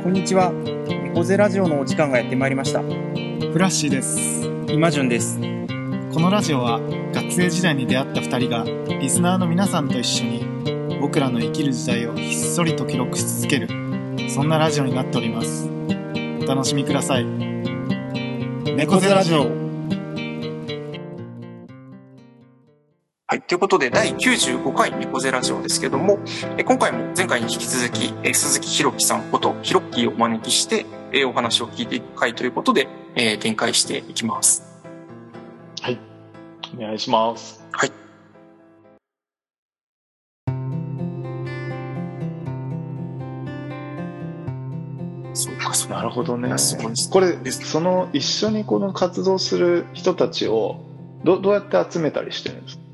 こんにちは。猫背ラジオのお時間がやってまいりました。 フラッシーです。 今順です。 このラジオは学生時代に出会った2人がリスナーの皆さんと一緒に僕らの生きる時代をひっそりと記録し続ける、そんなラジオになっております。お楽しみください。猫背ラジオ。 はい。ということで、第95回猫背ラジオですけども、今回も前回に引き続き、鈴木ひろきさんことひろっきーをお招きして、お話を聞いていく回ということで、展開していきます。 はい。お願いします。 はい。そうか、そう。 なるほどね。 すごいです。 これ、その一緒にこの活動する人たちをどうやって集めたりしてるんですか？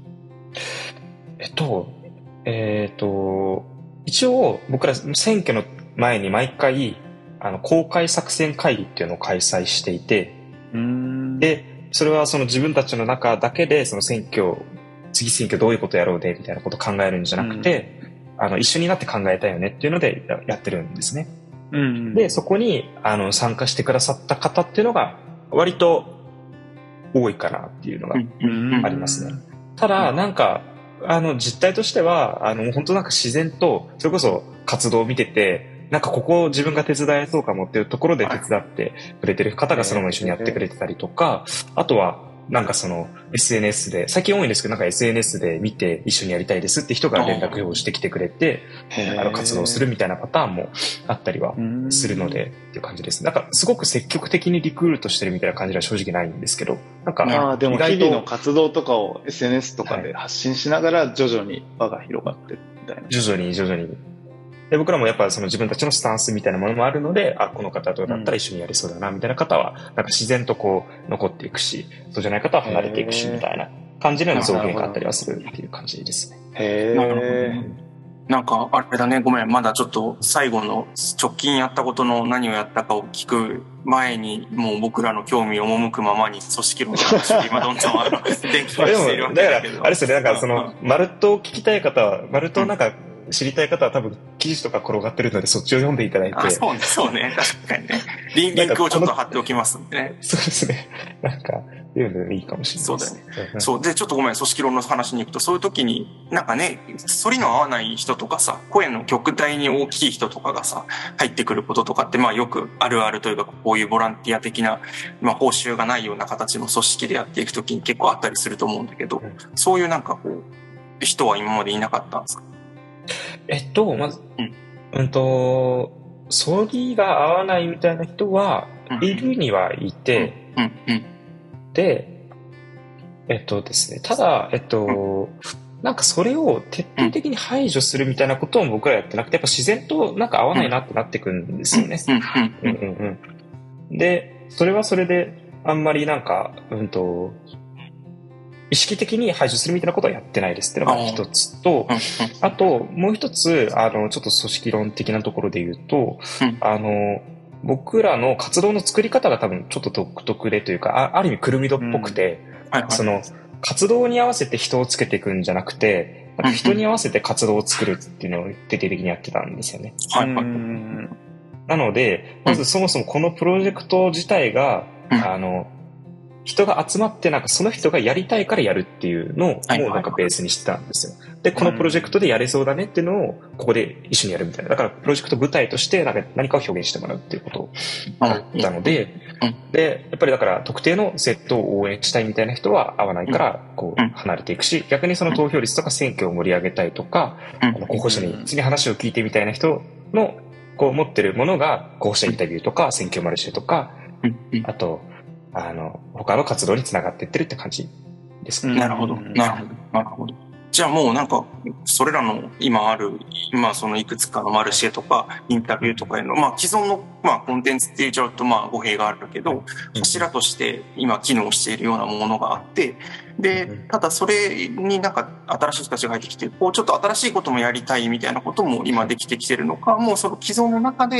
一応僕ら選挙の前に毎回公開作戦会議っていうのを開催していて、でそれはその自分たちの中だけでその次選挙どういうことやろうでみたいなことを考えるんじゃなくて、一緒になって考えたいよねっていうのでやってるんですね。でそこに参加してくださった方っていうのが割と多いかなっていうのがありますね。ただなんか実態としては本当なんか自然とそれこそ活動を見てて、なんかここを自分が手伝えそうかもっていうところで手伝ってくれてる方がそのまま一緒にやってくれてたりとか、あとはなんかその SNS で最近多いんですけど、なんか SNS で見て一緒にやりたいですって人が連絡をしてきてくれて活動するみたいなパターンもあったりはするのでっていう感じです。なんかすごく積極的にリクルートしてるみたいな感じは正直ないんですけど、なんかでも日々の活動とかを SNS とかで発信しながら徐々に輪が広がってるみたいな。 徐々にで僕らもやっぱその自分たちのスタンスみたいなものもあるので、この方とだったら一緒にやりそうだなみたいな方はなんか自然とこう残っていくし、そうじゃない方は離れていくしみたいな感じの増減があったりはするっていう感じですね。 なるほどね。なんかあれだね、ごめん、まだちょっと最後の直近やったことの何をやったかを聞く前に、もう僕らの興味を赴くままに組織論の話を今どんどん電気化しているわけだけど。 だからあれですよね、なんかそのマルトを聞きたい方はマルトなんか知りたい方は多分記事とか転がってるのでそっちを読んでいただいて。 そうね、確かにね。リンクをちょっと貼っておきますんでね。 そうですね。なんか読んでもいいかもしれないですね。 そうだよね。そうで、ちょっとごめん、組織論の話に行くと、そういう時になんかね、反りの合わない人とかさ、声の極大に大きい人とかがさ入ってくることとかって、まあよくあるあるというか、こういうボランティア的な、まあ報酬がないような形の組織でやっていく時に結構あったりすると思うんだけど、そういうなんかこう人は今までいなかったんですか？ まず、反りが合わないみたいな人はいるにはいて、で、ですね、ただ、なんかそれを徹底的に排除するみたいなことを僕らやってなくて、やっぱ自然となんか合わないなってなってくるんですよね。で、それはそれであんまりなんか、意識的に排除するみたいなことはやってないですっていうのが一つと、あともう一つちょっと組織論的なところで言うと、僕らの活動の作り方が多分ちょっと独特でというか、ある意味クルミドっぽくて、その活動に合わせて人をつけていくんじゃなくて、人に合わせて活動を作るっていうのを徹底的にやってたんですよね。なのでまずそもそもこのプロジェクト自体が人が集まってなんかその人がやりたいからやるっていうのをもうなんかベースにしてたんですよ。で、このプロジェクトでやれそうだねっていうのをここで一緒にやるみたいな。だからプロジェクト舞台としてなんか何かを表現してもらうっていうことだったので、で、やっぱりだから特定の生徒を応援したいみたいな人は合わないからこう離れていくし、逆にその投票率とか選挙を盛り上げたいとか、候補者に次話を聞いてみたいな人のこう持ってるものが候補者インタビューとか選挙マルシェとか、あと他の活動につながっていってるって感じですかね。 なるほど。じゃあもうなんか、それらの今そのいくつかのマルシェとかインタビューとかへの、まあ既存のコンテンツって言っちゃうと語弊があるけど、柱として今機能しているようなものがあって、で、ただそれになんか新しい人たちが入ってきて、こうちょっと新しいこともやりたいみたいなことも今できてきてるのか、もうその既存の中で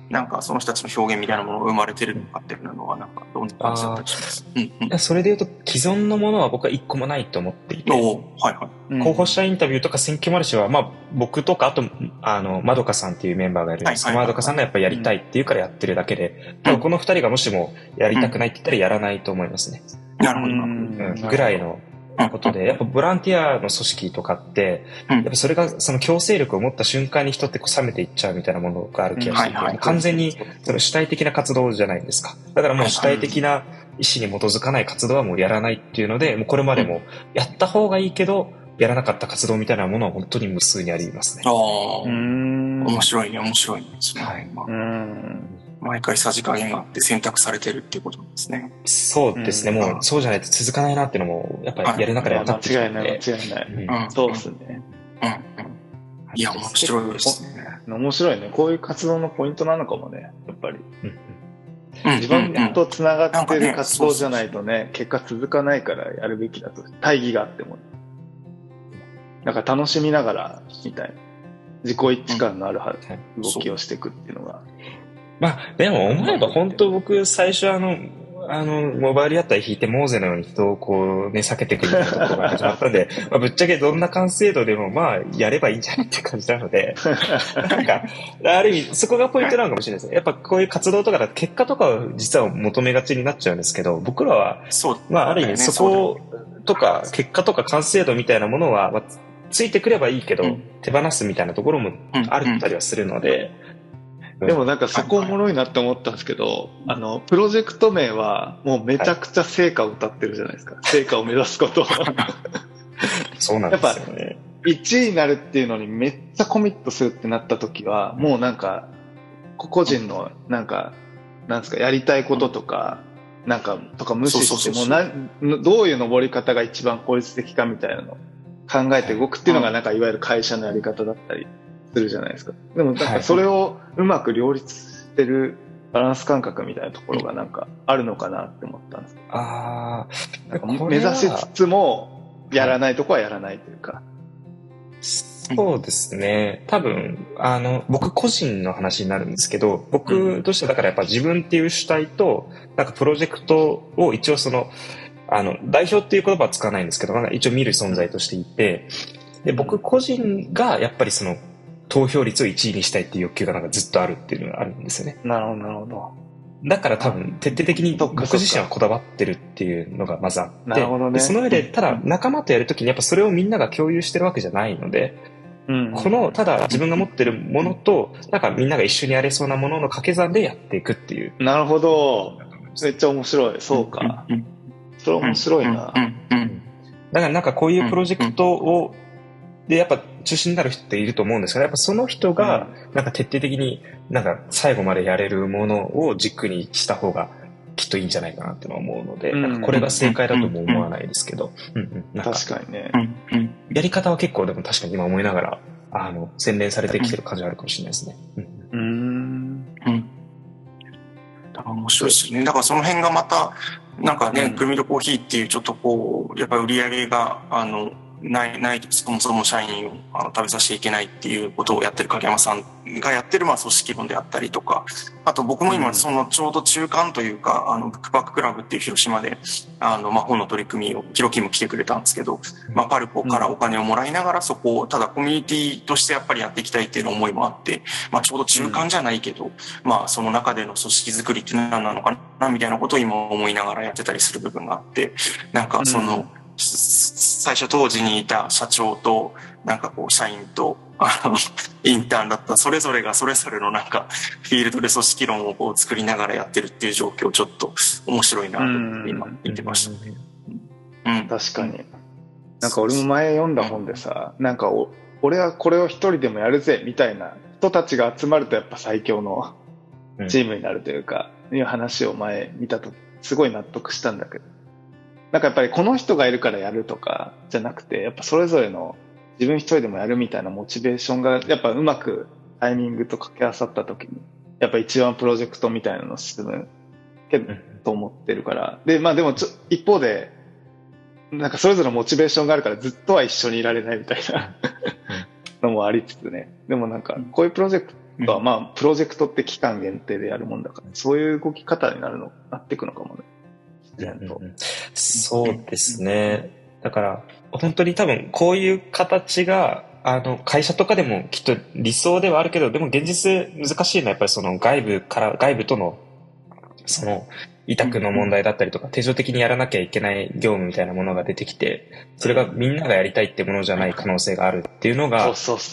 なんかその人たちの表現みたいなものが生まれてるのかっていうのは、なんかどんな感じだったりします？ それで言うと、既存のものは僕は一個もないと思っていて、候補者インタビューとか選挙マルシェは、まあ僕とか、あと、まどかさんっていうメンバーがいるんですけど、まどかさんがやっぱりやりたいっていうからやってるだけで、多分この二人がもしもやりたくないって言ったらやらないと思いますね。 なるほど。 ぐらいのことで、やっぱボランティアの組織とかって、やっぱそれがその強制力を持った瞬間に人って冷めていっちゃうみたいなものがある気がしていて、完全にその主体的な活動じゃないですか。だからもう主体的な意思に基づかない活動はもうやらないっていうので、もうこれまでもやった方がいいけど、やらなかった活動みたいなものは本当に無数にありますね。 面白いね、面白いね。はい。毎回さじ加減があって選択されてるっていうことなんですね。 そうですね。もうそうじゃないと続かないなっていうのも、やっぱりやる中で分かってきて、 間違いない。そうですね。 いや、面白いですね。 面白いね。こういう活動のポイントなのかもね、やっぱり。自分と繋がってる活動じゃないとね、結果続かないからやるべきだと。大義があっても。なんか楽しみながら、みたいな。自己一致感のある動きをしていくっていうのが。 まあ、でも思えば本当僕最初モバイル屋台引いてモーゼのように人をこうね、避けてくるようなところが始まったんで、まあぶっちゃけどんな完成度でもまあやればいいんじゃないって感じなので、なんか、ある意味そこがポイントなのかもしれないですね。やっぱこういう活動とかだと結果とかを実は求めがちになっちゃうんですけど、僕らは、まあある意味そことか結果とか完成度みたいなものは、まあ、ついてくればいいけど、手放すみたいなところもあったりはするので、 でもなんかそこおもろいなって思ったんですけど、プロジェクト名はもうめちゃくちゃ成果を歌ってるじゃないですか。成果を目指すことを。 そうなんですよね。 やっぱ1位になるっていうのにめっちゃコミットするってなった時は、もうなんか、個人のなんか、なんですか、やりたいこととか、なんか、とか無視してもどういう登り方が一番効率的かみたいなのを考えて動くっていうのがなんかいわゆる会社のやり方だったりするじゃないですか。でもなんかそれをうまく両立してるバランス感覚みたいなところがなんかあるのかなって思ったんですけど。なんか目指しつつもやらないとこはやらないというか。 そうですね。多分、僕個人の話になるんですけど、僕としてはだからやっぱ自分っていう主体と、なんかプロジェクトを一応代表っていう言葉は使わないんですけど、一応見る存在としていて、で、僕個人がやっぱり投票率を1位にしたいっていう欲求がなんかずっとあるっていうのがあるんですよね。 なるほど、なるほど。 だから多分徹底的に僕自身はこだわってるっていうのがまずあって、なるほどね。でその上でただ仲間とやるときにやっぱそれをみんなが共有してるわけじゃないので、ただ自分が持ってるものと、なんかみんなが一緒にやれそうなものの掛け算でやっていくっていう。 なるほど。めっちゃ面白い。そうか。それ面白いな。だからなんかこういうプロジェクトでやっぱ中心になる人っていると思うんですけど、やっぱその人がなんか徹底的になんか最後までやれるものを軸にした方がきっといいんじゃないかなってのは思うので、なんかこれが正解だとも思わないですけど、 確かにね。 やり方は結構でも確かに今思いながら洗練されてきてる感じがあるかもしれないですね。 面白いですね。だからその辺がまたなんかね、クルミドコーヒーっていうちょっとこうやっぱり売り上げがないとそもそも社員を食べさせていけないっていうことをやってる影山さんがやってる組織論であったりとか、あと僕も今ちょうど中間というかブックパッククラブっていう広島で本の取り組みをヒロキも来てくれたんですけど、パルコからお金をもらいながらそこをただコミュニティとしてやっぱりやっていきたいっていうの思いもあって、ちょうど中間じゃないけど、その中での組織作りって何なのかなみたいなことを今思いながらやってたりする部分があって、なんか最初当時にいた社長となんかこう社員とインターンだったそれぞれがそれぞれのなんかフィールドで組織論をこう作りながらやってるっていう状況ちょっと面白いなと思って今見てましたね。 確かに。なんか俺も前読んだ本でさ、なんか俺はこれを一人でもやるぜみたいな人たちが集まるとやっぱ最強のチームになるというか、いう話を前見たとすごい納得したんだけど、なんかやっぱりこの人がいるからやるとかじゃなくて、やっぱそれぞれの自分一人でもやるみたいなモチベーションがやっぱうまくタイミングと掛け合わさった時に、やっぱ一番プロジェクトみたいなの進むと思ってるから。で、でも一方で、なんかそれぞれのモチベーションがあるからずっとは一緒にいられないみたいなのもありつつね。でもなんかこういうプロジェクとは、まあ、プロジェクトって期間限定でやるもんだから、そういう動き方になっていくのかもね。 そうですね。だから、本当に多分、こういう形が、会社とかでもきっと理想ではあるけど、でも現実難しいのはやっぱりその外部との、その、委託の問題だったりとか、定常的にやらなきゃいけない業務みたいなものが出てきて、それがみんながやりたいってものじゃない可能性があるっていうのが、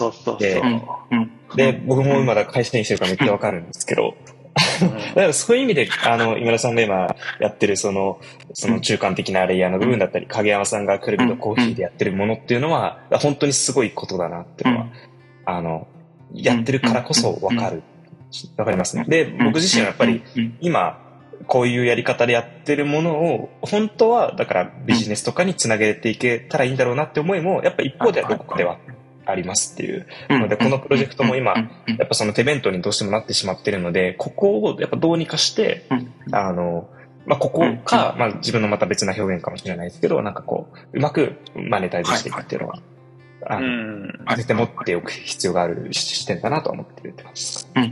で、僕も今だ会社員してるからめっちゃわかるんですけど、だからそういう意味で、今田さんが今やってるその中間的なレイヤーの部分だったり、影山さんがクルビとコーヒーでやってるものっていうのは、本当にすごいことだなっていうのは、やってるからこそわかりますね。で、僕自身はやっぱり今、こういうやり方でやってるものを、本当は、だからビジネスとかにつなげていけたらいいんだろうなって思いも、やっぱ一方ではどこかではありますっていう。ので、このプロジェクトも今、やっぱその手弁当にどうしてもなってしまってるので、ここをやっぱどうにかして、まあ、ここか、まあ、自分のまた別な表現かもしれないですけど、なんかこう、うまくマネタイズしていくっていうのは、絶対持っておく必要がある視点だなと思ってるって感じですか。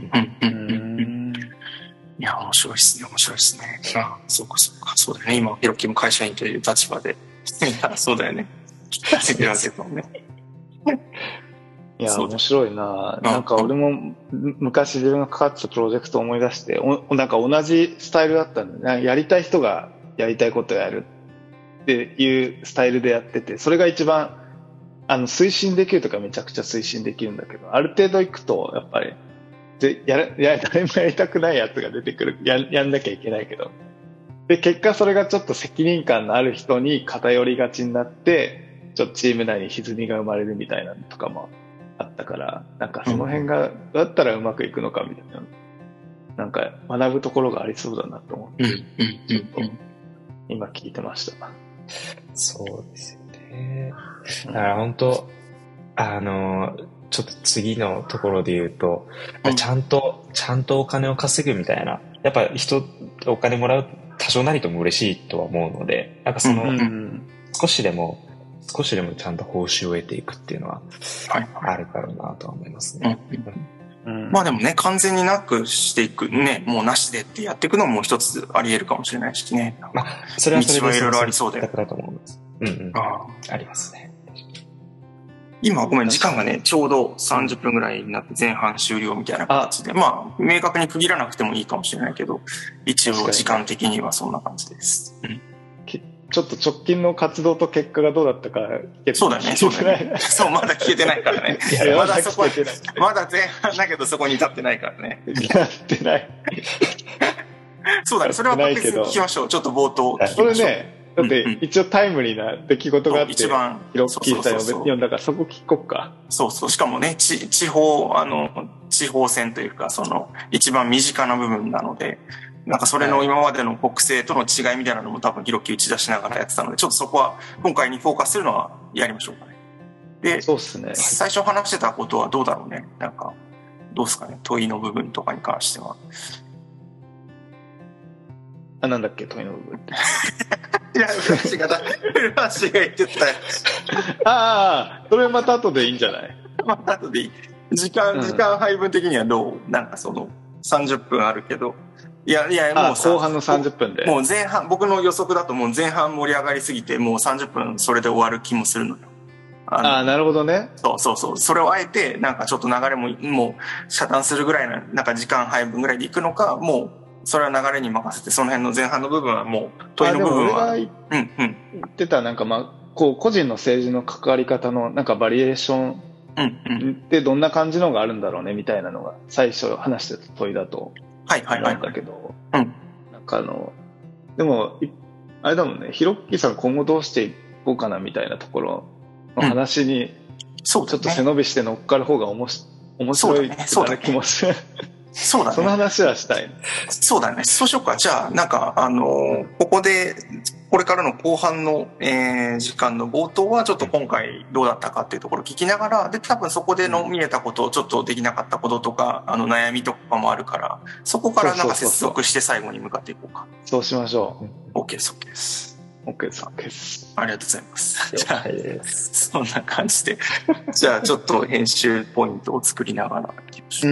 いや、面白いですね、面白いですね。そうか、そうか、そうだよね。今、ヒロキも会社員という立場で。いや、そうだよね。やってるわけだもんね。 いや、面白いな。なんか俺も昔自分が関わってたプロジェクトを思い出して、なんか同じスタイルだったんで、やりたい人がやりたいことをやるっていうスタイルでやってて、それが一番、推進できるとかめちゃくちゃ推進できるんだけど、ある程度行くと、やっぱり、誰もやりたくないやつが出てくる。やんなきゃいけないけど。で、結果それがちょっと責任感のある人に偏りがちになって、ちょっとチーム内に歪みが生まれるみたいなのとかもあったから、なんかその辺がどうやったらうまくいくのかみたいな、なんか学ぶところがありそうだなと思って、ちょっと今聞いてました。 そうですよね。だから本当、ちょっと次のところで言うと、ちゃんとお金を稼ぐみたいな、やっぱお金もらう多少なりとも嬉しいとは思うので、なんかその、少しでもちゃんと報酬を得ていくっていうのはあるだろうなとは思いますね。 まあでもね、完全になくしていくね、もうなしでってやっていくのも一つあり得るかもしれないしね。 まあ、それはそれで道はいろいろありそうで。 だと思います。ありますね。 今ごめん、時間がね、ちょうど30分ぐらいになって前半終了みたいな形で、まあ、明確に区切らなくてもいいかもしれないけど、一応時間的にはそんな感じです。 ちょっと直近の活動と結果がどうだったかそうだね、そうだね。そう、まだ聞けてないからね。まだそこまだ前半だけどそこに至ってないからね。 至ってない。 そうだね、それは別に聞きましょう。ちょっと冒頭聞きましょう。 それね、だって一応タイムリーな出来事があって、 一番広く聞いたよ。読んだからそこ聞こっか。 そうそう。しかもね、地方線というか、その、一番身近な部分なので、なんかそれの今までの国政との違いみたいなのも多分広く打ち出しながらやってたので、ちょっとそこは今回にフォーカスするのはやりましょうかね。で、 そうですね。 最初話してたことはどうだろうね。なんか、どうですかね。問いの部分とかに関しては。 なんだっけ、問いの部分って。 いや、古橋が言ってたよ。 それまた後でいいんじゃない？ また後でいい。時間配分的にはどう？なんかその、30分あるけど。いや、もうさ、 後半の30分で。 もう前半、僕の予測だともう前半盛り上がりすぎて、もう30分それで終わる気もするのよ。 なるほどね。 そう。それをあえて、なんかちょっと流れも遮断するぐらいの、なんか時間配分ぐらいでいくのか、もう、それは流れに任せて、その辺の前半の部分はもう、問いの部分は。 言ってた、なんかこう、個人の政治の関わり方の、なんかバリエーションってどんな感じのがあるんだろうね、みたいなのが、最初話してた問いだと。なんだけど、なんかでも、あれだもんね、ひろっきーさん今後どうしていこうかなみたいなところの話に、ちょっと背伸びして乗っかる方が面白い気もする。 そうだね。 その話はしたい。 そうだね。そうしようか。じゃあ、なんか、ここで、これからの後半の、時間の冒頭はちょっと今回どうだったかっていうところを聞きながら、で、多分そこでの見えたこと、ちょっとできなかったこととか、悩みとかもあるから、そこからなんか接続して最後に向かっていこうか。 そうしましょう。OK です、OK です。 OK です、OK です。 ありがとうございます。じゃあ、そんな感じで。じゃあ、ちょっと編集ポイントを作りながらいきましょう。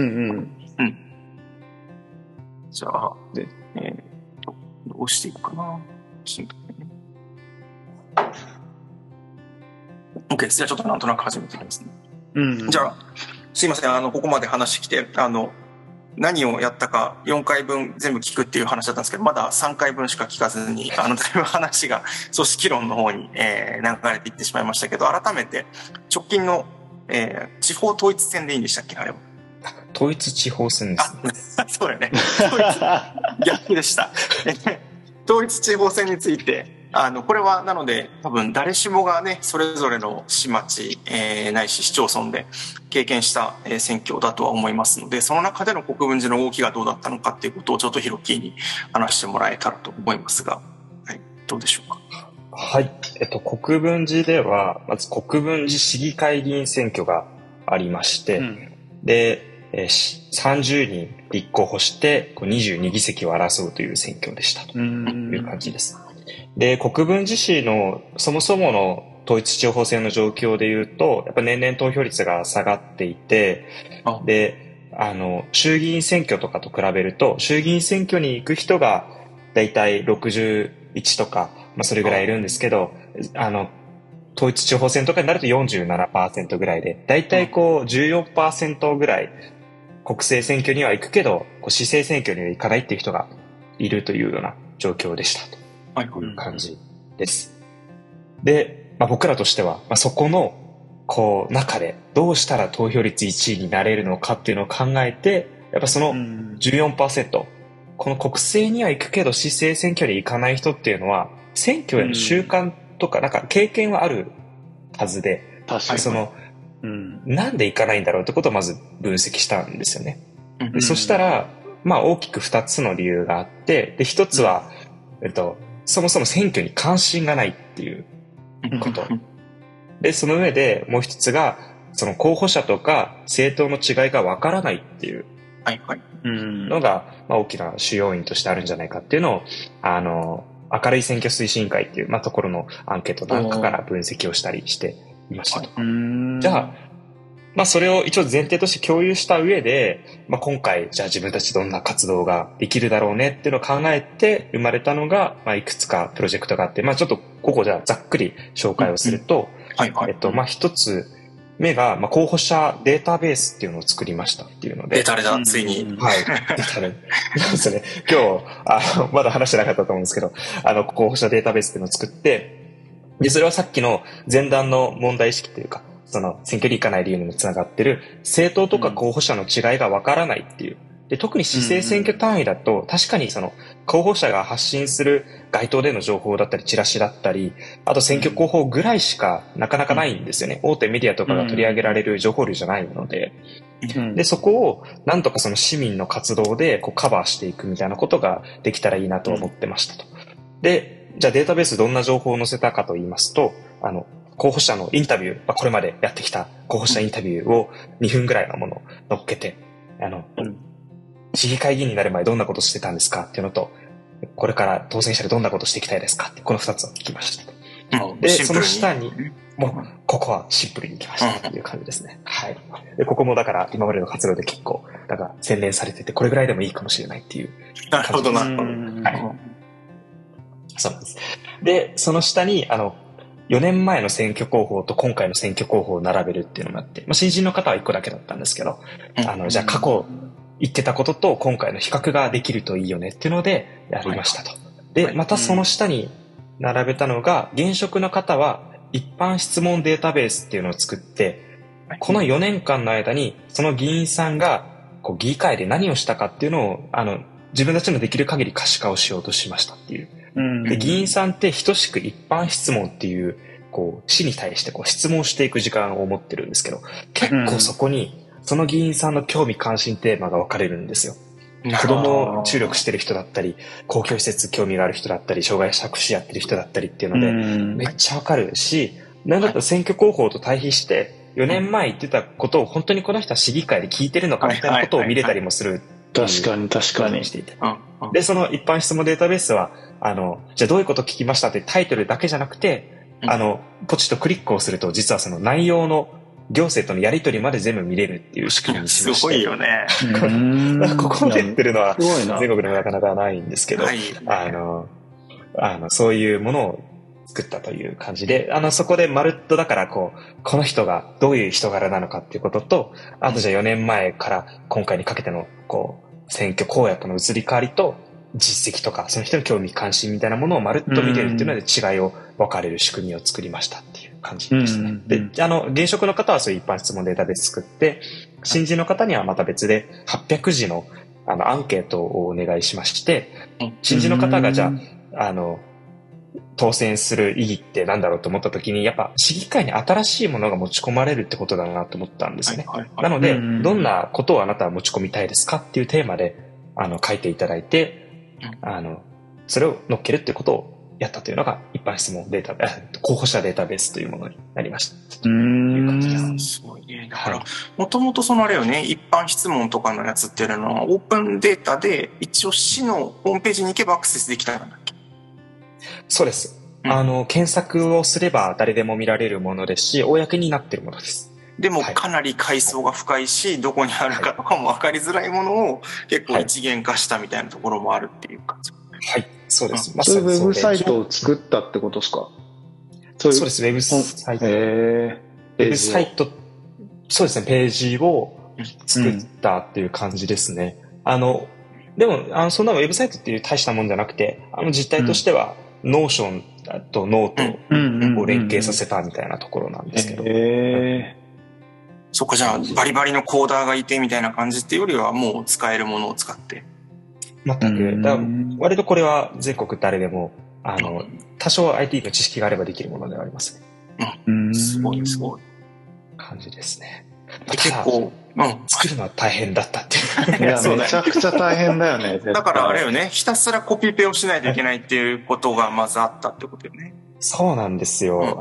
じゃあ、どうしていくかな。OK です。じゃあ、ちょっとなんとなく始めていきますね。じゃあ、すいません。ここまで話来て、何をやったか4回分全部聞くっていう話だったんですけど、まだ3回分しか聞かずに、だいぶ話が組織論の方に、流れていってしまいましたけど、改めて直近の、地方統一選でいいんでしたっけ、あれは。 統一地方選ですね。そうだよね。逆でした。統一地方選について、これはなので多分誰しもがね、それぞれの市町、ないし市町村で経験した、選挙だとは思いますので、その中での国分寺の動きがどうだったのかっていうことをちょっとヒロキーに話してもらえたらと思いますが、はい、どうでしょうか。 はい。国分寺では、まず国分寺市議会議員選挙がありまして、で、30人立候補して22議席を争うという選挙でしたという感じです。で、国分寺市のそもそもの統一地方選の状況で言うと、やっぱ年々投票率が下がっていて、で、衆議院選挙とかと比べると、衆議院選挙に行く人がだいたい61とか、それぐらいいるんですけど、統一地方選とかになると 47% ぐらいで、だいたい14% ぐらい国政選挙には行くけど、市政選挙には行かないっていう人がいるというような状況でしたという感じです。で、僕らとしては、そこの中でどうしたら投票率1位になれるのかっていうのを考えて、やっぱその 14%、この国政には行くけど市政選挙に行かない人っていうのは、選挙への習慣とか、経験はあるはずで、 確かになんで行かないんだろうってことをまず分析したんですよね。でそしたら、大きく2つの理由があって、で、1つは、そもそも選挙に関心がないっていうこと。で、その上でもう1つが、その候補者とか政党の違いがわからないっていうのが、大きな主要因としてあるんじゃないかっていうのを、明るい選挙推進委員会っていう、ところのアンケートなんかから分析をしたりしていましたと。じゃあ、それを一応前提として共有した上で、今回、じゃあ自分たちどんな活動ができるだろうねっていうのを考えて生まれたのが、いくつかプロジェクトがあって、ちょっとここじゃあざっくり紹介をすると、一つ目が、候補者データベースっていうのを作りましたっていうので。 データレだ、ついに。 はい。データレ。そうですね。今日、まだ話してなかったと思うんですけど、候補者データベースっていうのを作って、で、それはさっきの前段の問題意識というか、その選挙に行かない理由にもつながってる、政党とか候補者の違いがわからないっていう。で、特に市政選挙単位だと、確かにその候補者が発信する街頭での情報だったり、チラシだったり、あと選挙広報ぐらいしかなかなかないんですよね。大手メディアとかが取り上げられる情報量じゃないので。で、そこをなんとかその市民の活動でカバーしていくみたいなことができたらいいなと思ってましたと。で、じゃあデータベースどんな情報を載せたかと言いますと、候補者のインタビュー、これまでやってきた候補者インタビューを2分ぐらいのものを載っけて、市議会議員になる前どんなことしてたんですかっていうのと、これから当選者でどんなことしていきたいですかって、この2つを聞きました。で、その下に、もう、ここはシンプルに行きましたという感じですね。はい。で、ここもだから今までの活動で結構、洗練されてて、これぐらいでもいいかもしれないっていう。 なるほど、なるほど。 はい。そうなんです。で、その下に、4年前の選挙広報と今回の選挙広報を並べるっていうのがあって、新人の方は1個だけだったんですけど、じゃあ過去言ってたことと今回の比較ができるといいよねっていうのでやりましたと。で、またその下に並べたのが、現職の方は一般質問データベースっていうのを作って、この4年間の間にその議員さんが議会で何をしたかっていうのを、自分たちのできる限り可視化をしようとしましたっていう。で、議員さんって等しく一般質問っていう、市に対して質問していく時間を持ってるんですけど、結構そこに、その議員さんの興味関心テーマが分かれるんですよ。子供を注力してる人だったり、公共施設興味がある人だったり、障害者福祉やってる人だったりっていうので、めっちゃ分かるし、なんだったら選挙広報と対比して、4年前言ってたことを本当にこの人は市議会で聞いてるのかみたいなことを見れたりもする。 確かに確かに。 していて。 で、その一般質問データベースは、じゃあどういうこと聞きましたってタイトルだけじゃなくて、ポチッとクリックをすると、実はその内容の行政とのやり取りまで全部見れるっていう仕組みにしまして。 すごいよね。 ここまでやってるのは、全国でもなかなかないんですけど、そういうものを作ったという感じで、そこでまるっとだからこの人がどういう人柄なのかっていうことと、あとじゃあ4年前から今回にかけての、選挙公約の移り変わりと、実績とか、その人の興味関心みたいなものをまるっと見れるっていうので違いを分かれる仕組みを作りましたっていう感じですね。で、現職の方はそういう一般質問データベース作って、新人の方にはまた別で800字のアンケートをお願いしまして、新人の方がじゃあ、当選する意義って何だろうと思った時に、やっぱ市議会に新しいものが持ち込まれるってことだなと思ったんですよね。なので、どんなことをあなたは持ち込みたいですかっていうテーマで、書いていただいて、それを乗っけるっていうことをやったというのが一般質問データ、候補者データベースというものになりました。という感じです。 すごいね。だから、もともとあれよね、一般質問とかのやつっていうのは、オープンデータで、一応市のホームページに行けばアクセスできたんだっけ？ そうです。検索をすれば誰でも見られるものですし、公になっているものです。 でもかなり階層が深いし、どこにあるかとかも分かりづらいものを結構一元化したみたいなところもあるっていう感じ。 はい、そうです。 そういうウェブサイトを作ったってことですか？ そうです、ウェブサイト。ウェブサイト、そうですね、ページを作ったっていう感じですね。でも、そんなウェブサイトっていう大したもんじゃなくて、実態としては、ノーションとノートを連携させたみたいなところなんですけど。 そっか、じゃあ、バリバリのコーダーがいてみたいな感じっていうよりは、もう使えるものを使って。 全く。割とこれは全国誰でも、多少 IT の知識があればできるものではありますね。 すごい、すごい。 感じですね。 結構、 作るのは大変だったっていう。 いや、めちゃくちゃ大変だよね。 だからあれよね、ひたすらコピペをしないといけないっていうことがまずあったってことよね。 そうなんですよ。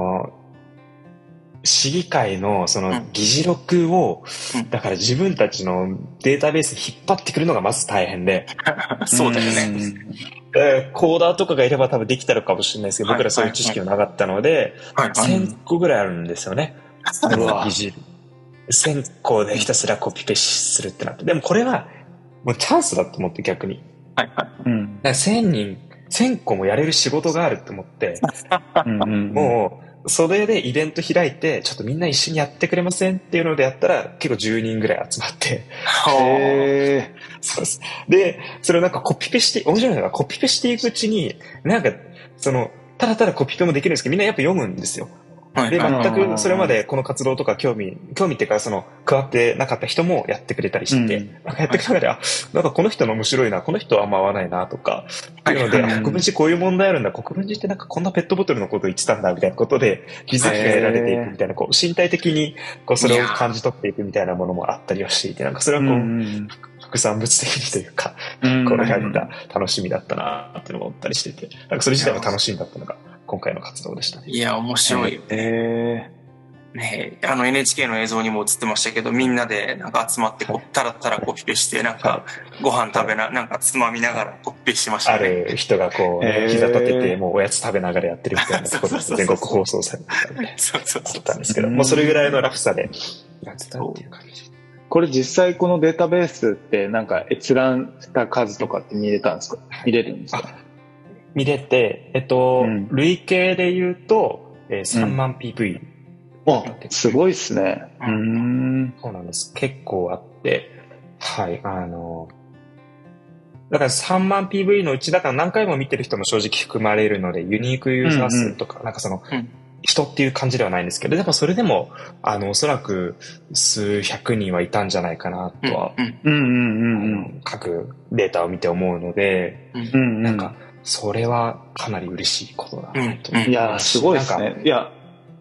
市議会のその議事録を、だから自分たちのデータベースに引っ張ってくるのがまず大変で。 そうだよね。 コーダーとかがいれば多分できたのかもしれないですけど、僕らそういう知識がなかったので、1000個ぐらいあるんですよね。議事1000個でひたすらコピペするってなって。でもこれはもうチャンスだと思って逆に。1000個もやれる仕事があると思って、もう、それでイベント開いて、ちょっとみんな一緒にやってくれませんっていうのでやったら、結構10人ぐらい集まって。そうです。で、それをなんかコピペして、面白いのがコピペしていくうちに、なんか、ただただコピペもできるんですけど、みんなやっぱ読むんですよ。で、全くそれまでこの活動とか興味っていうか、加わってなかった人もやってくれたりして、なんかやっていく中で、なんかこの人の面白いな、この人はあんま合わないな、とか、っていうので、国分寺こういう問題あるんだ、国分寺ってなんかこんなペットボトルのこと言ってたんだ、みたいなことで、気づきが得られていくみたいな、身体的に、それを感じ取っていくみたいなものもあったりはしていて、なんかそれは副産物的にというか、これが見た楽しみだったな、っていうのを思ったりしてて、なんかそれ自体が楽しみだったのが、今回の活動でしたね。 いや、面白いよね。NHK の映像にも映ってましたけど、みんなでなんか集まってたらたらコピペして、なんかご飯食べなんかつまみながらコピペしてましたね。 ある人が膝立てて、もうおやつ食べながらやってるみたいなところで全国放送されてたみたいな。そうったんですけど、もうそれぐらいのラフさでやってたっていう感じ。 これ実際このデータベースってなんか閲覧した数とかって見れたんですか？見れるんですか？ 見れて、累計で言うと、3万 PV。 すごいっすね。 そうなんです。結構あって、はい、だから3万 PV のうちだから何回も見てる人も正直含まれるので、ユニークユーザー数とか、なんか人っていう感じではないんですけど、でもそれでも、おそらく数百人はいたんじゃないかなとは、各データを見て思うので、なんか、それはかなり嬉しいことだなと。 いや、すごいですね。いや、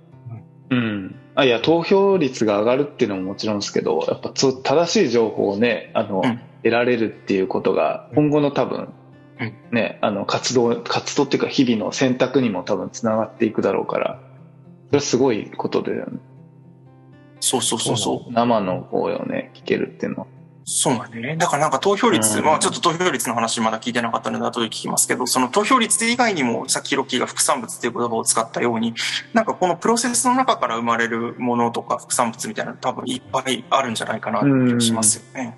投票率が上がるっていうのももちろんですけど、やっぱ正しい情報をね、得られるっていうことが、今後の多分、ね、活動っていうか日々の選択にも多分つながっていくだろうから、それはすごいことだよね。 そう。 生の声をね、聞けるっていうのは。 そうだね。だからなんか投票率、まあちょっと投票率の話まだ聞いてなかったので後で聞きますけど、その投票率以外にもさっきロッキーが副産物っていう言葉を使ったように、なんかこのプロセスの中から生まれるものとか副産物みたいなの多分いっぱいあるんじゃないかなって気がしますよね。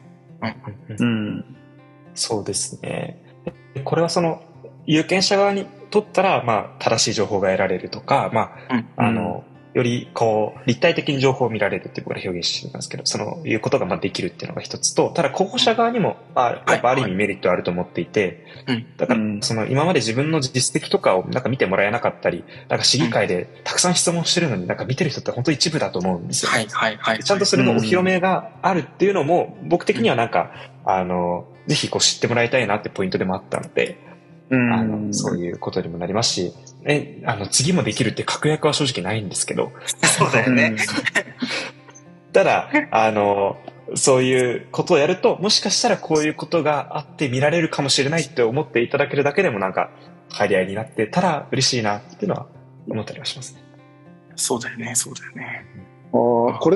そうですね。これはその有権者側にとったら、まあ正しい情報が得られるとか、まあ、よりこう立体的に情報を見られるって僕ら表現してますけど、そういうことがまあできるっていうのが一つと、ただ候補者側にもやっぱある意味メリットあると思っていて、だからその今まで自分の実績とかをなんか見てもらえなかったり、なんか市議会でたくさん質問してるのになんか見てる人って本当一部だと思うんですよ。ちゃんとそれのお披露目があるっていうのも僕的にはなんかぜひこう知ってもらいたいなってポイントでもあったので。そういうことにもなりますし、次もできるって確約は正直ないんですけど。 そうだよね。 ただ、そういうことをやると、もしかしたらこういうことがあって見られるかもしれないって思っていただけるだけでもなんか、張り合いになってたら嬉しいなっていうのは思ったりはしますね。 そうだよね、そうだよね。 これって、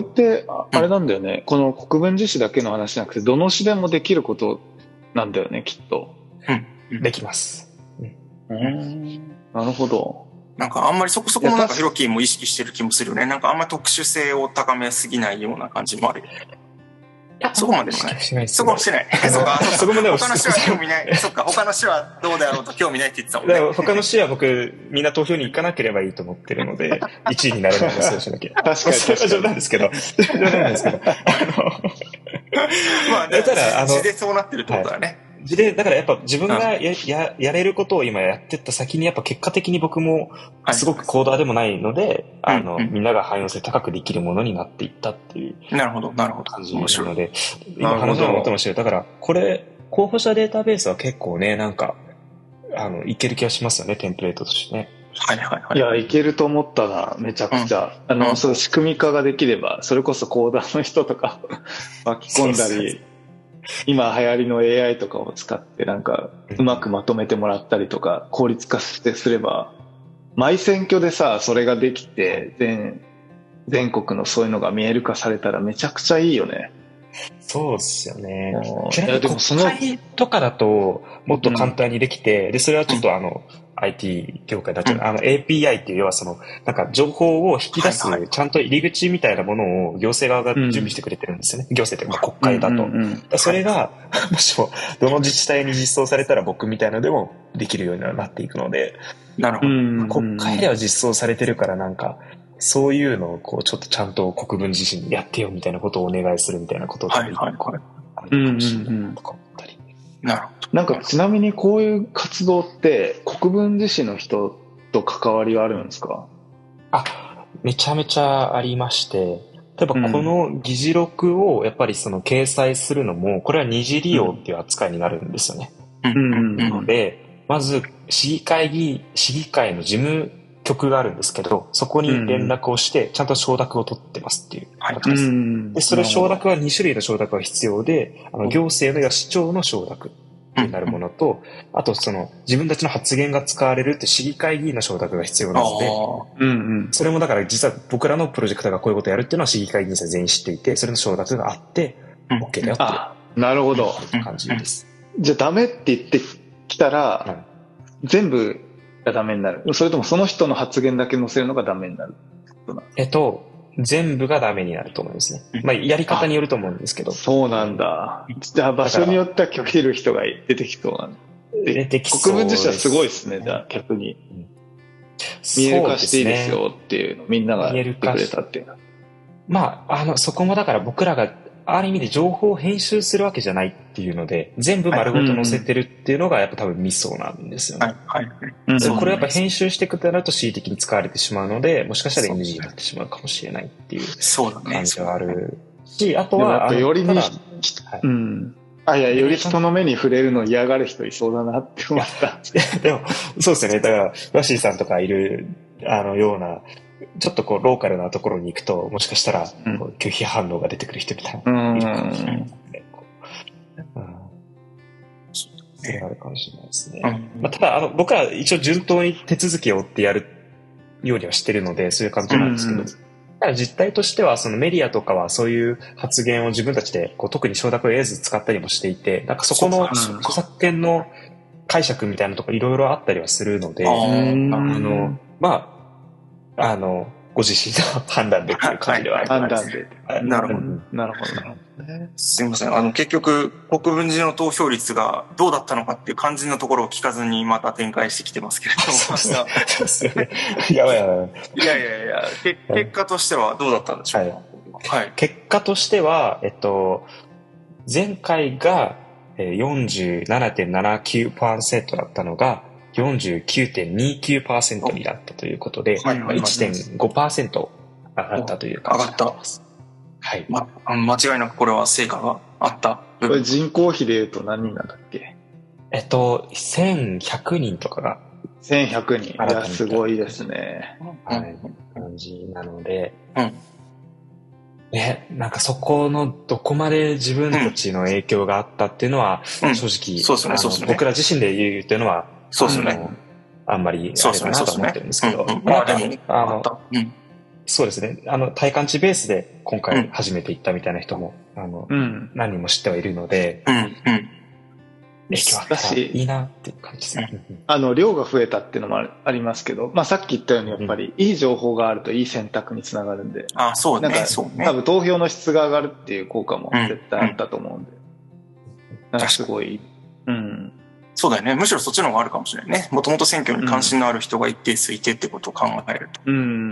あれなんだよね。この国分寺市だけの話じゃなくて、どの市でもできることなんだよね、きっと。 できます。 なるほど。 なんかあんまりそこもなんかヒロキーも意識してる気もするよね。なんかあんまり特殊性を高めすぎないような感じもある。そこまでもない。そこもしてない。 そこまで他の市は興味ない。そっか、他の市はどうであろうと興味ないって言ってたもんね。 他の市は僕、みんな投票に行かなければいいと思ってるので、1位になれないんですよ、しなきゃ。 確かに。 それは冗談ですけど。冗談ですけど。 まあ、だから字でそうなってるってことだね。 だからやっぱ自分がやれることを今やってった先にやっぱ結果的に僕もすごくコーダーでもないので、みんなが汎用性高くできるものになっていったっていう感じなので、今話が思ってましたよ。だからこれ、候補者データベースは結構ね、なんか、いける気がしますよね、テンプレートとしてね。 いや、いけると思ったな、めちゃくちゃ。その仕組み化ができれば、それこそコーダーの人とか巻き込んだり、今流行りの AI とかを使ってなんかうまくまとめてもらったりとか効率化すれば、毎選挙でさそれができて全国のそういうのが見える化されたらめちゃくちゃいいよね。 そうですよね。でも国会とかだともっと簡単にできて、でそれはちょっとIT 業界だと、API っていう要はなんか情報を引き出す、ちゃんと入り口みたいなものを行政側が準備してくれてるんですよね。行政というか国会だと。それが、もしも、どの自治体に実装されたら僕みたいなのでもできるようになっていくので、 なるほど。国会では実装されてるからなんか、そういうのをこう、ちょっとちゃんと国分自身にやってよみたいなことをお願いするみたいなことをあるかもしれないとか思ったり。 なるほど。 なんかちなみにこういう活動って国分寺市の人と関わりはあるんですか？ めちゃめちゃありまして、例えばこの議事録をやっぱり掲載するのも、これは二次利用っていう扱いになるんですよね。なので、まず市議会の事務局があるんですけど、そこに連絡をして、ちゃんと承諾を取ってますっていう形です。で、それ承諾は2種類の承諾が必要で、行政のや市長の承諾になるものと、あと自分たちの発言が使われるって市議会議員の承諾が必要なので、それもだから実は僕らのプロジェクトがこういうことをやるっていうのは市議会議員さん全員知っていて、それの承諾があって、OK だよっていう。 なるほど。 感じです。 じゃあダメって言ってきたら、全部がダメになる。それともその人の発言だけ載せるのがダメになる。 全部がダメになると思いますね。まあ、やり方によると思うんですけど。 そうなんだ。じゃあ場所によっては拒否る人が出てきそうなんだ。 出てきそうです。 国分寺市はすごいですね、じゃあ逆に。見える化していいですよっていうの、みんなが言ってくれたっていうの。 まあ、そこもだから僕らがある意味で情報を編集するわけじゃないっていうので、全部丸ごと載せてるっていうのがやっぱ多分ミソなんですよね。これやっぱ編集していくとなると恣意的に使われてしまうので、もしかしたら NG になってしまうかもしれないっていう感じはあるし、あとは、 よりに、より人の目に触れるの嫌がる人いそうだなって思った。 でも、そうですよね。だから、ラッシーさんとかいる、ような、ちょっとこう、ローカルなところに行くと、もしかしたら、拒否反応が出てくる人みたいな。いるかもしれないですね。それがあるかもしれないですね。ただ、僕ら一応順当に手続きを追ってやるようにはしてるので、そういう感じなんですけど、 ただ実態としては、そのメディアとかはそういう発言を自分たちでこう特に承諾を得ず使ったりもしていて、なんかそこの著作権の解釈みたいなところいろいろあったりはするので、ご自身の判断でっていう感じではあります。 判断で。 なるほど。 なるほど。 すいません。結局、国分寺の投票率がどうだったのかっていう肝心なところを聞かずにまた展開してきてますけれども。 そうですね。やばい。 いや、結果としてはどうだったんでしょうか。はい。 結果としては、前回が 47.79% だったのが、49.29% になったということで、1.5% 上がったという感じになります。はい。 間違いなくこれは成果があった。 これ人口比で言うと何人なんだっけ ？1100人とかが。 1100人。いや、すごいですね。 はい。感じなので、なんかそこのどこまで自分たちの影響があったっていうのは、正直、 そうですね。 僕ら自身で言うっていうのは、 そうですね。 あんまりあれかなと思ってるんですけど。そうですね。体感値ベースで今回初めて行ったみたいな人も、何人も知ってはいるので、影響あったらいいなっていう感じですね。 量が増えたっていうのもありますけど、さっき言ったようにやっぱりいい情報があるといい選択につながるんで、 そうね。 多分投票の質が上がるっていう効果も絶対あったと思うんで。なんかすごい、 そうだよね。むしろそっちの方があるかもしれないね。もともと選挙に関心のある人が一定数いてってことを考えると。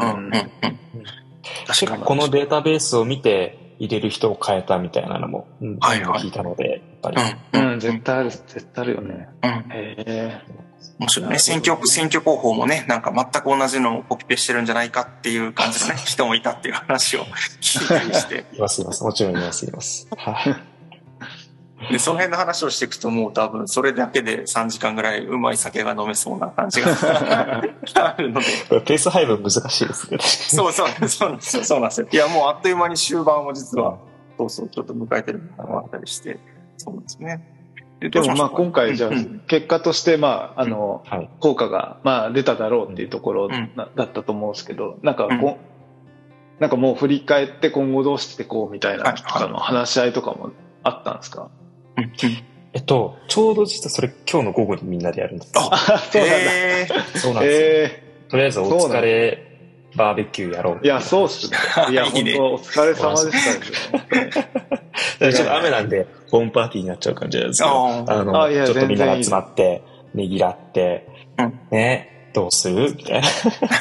確かにこのデータベースを見て入れる人を変えたみたいなのも、聞いたので、やっぱり。絶対あるよね。 面白いね。選挙広報もね、なんか全く同じのをコピペしてるんじゃないかっていう感じのね、人もいたっていう話を聞いたりして。 います。もちろんいます。はい。 で、その辺の話をしていくともう多分それだけで3時間ぐらいうまい酒が飲めそうな感じがあるので。 ペース配分難しいですね。 そうなんですよ。いや、もうあっという間に終盤を実は、ちょっと迎えてるのがあったりして、そうですね。 でも今回じゃあ、結果として効果が出ただろうっていうところだったと思うんですけど、なんかもう振り返って今後どうしていこうみたいな話し合いとかもあったんですか？ ちょうど実はそれ今日の午後にみんなでやるんです。 そうなんだ。 そうなんですよ。とりあえずお疲れバーベキューやろう。 いや、そうっすね。いや、本当お疲れ様でしたね。ちょっと雨なんで、ホームパーティーになっちゃう感じなんですけど、ちょっとみんなが集まって、ねぎらって、ね、どうするみたいな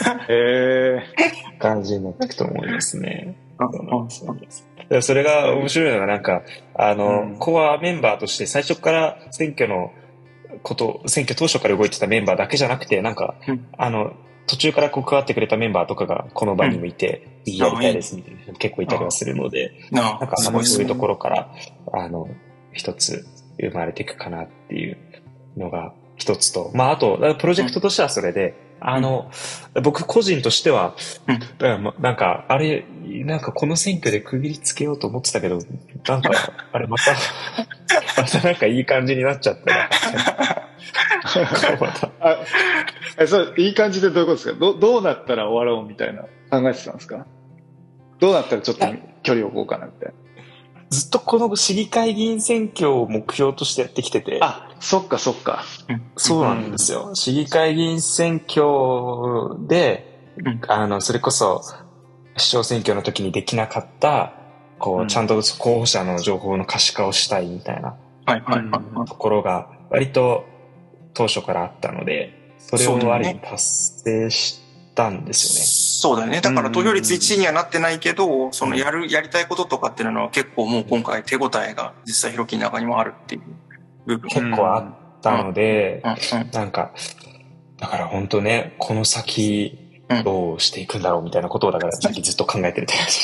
感じになっていくと思いますね。それが面白いのがなんか、コアメンバーとして最初から選挙当初から動いてたメンバーだけじゃなくて、なんか、途中から関わってくれたメンバーとかがこの場にもいて、やりたいですみたいな人も結構いたりはするので、なんかそういうところから、一つ生まれていくかなっていうのが一つと、あと、プロジェクトとしてはそれで、僕個人としては、なんか、なんかこの選挙で区切りつけようと思ってたけど、なんか、またなんかいい感じになっちゃったな。 そう、いい感じでどういうことですか？どうなったら終わろうみたいな考えてたんですか？どうなったらちょっと距離を置こうかなみたいな。 ずっとこの市議会議員選挙を目標としてやってきてて。 そっか。 そうなんですよ。市議会議員選挙で、それこそ市長選挙の時にできなかった、ちゃんと候補者の情報の可視化をしたいみたいなところが割と当初からあったので、それを割に達成したんですよね。 そうだよね。だから投票率1位にはなってないけど、そのやりたいこととかっていうのは結構もう今回手応えが実際ヒロキの中にもあるっていう部分。 結構あったので、なんか、だから本当ね、この先どうしていくんだろうみたいなことをだからさっきずっと考えてるって話です。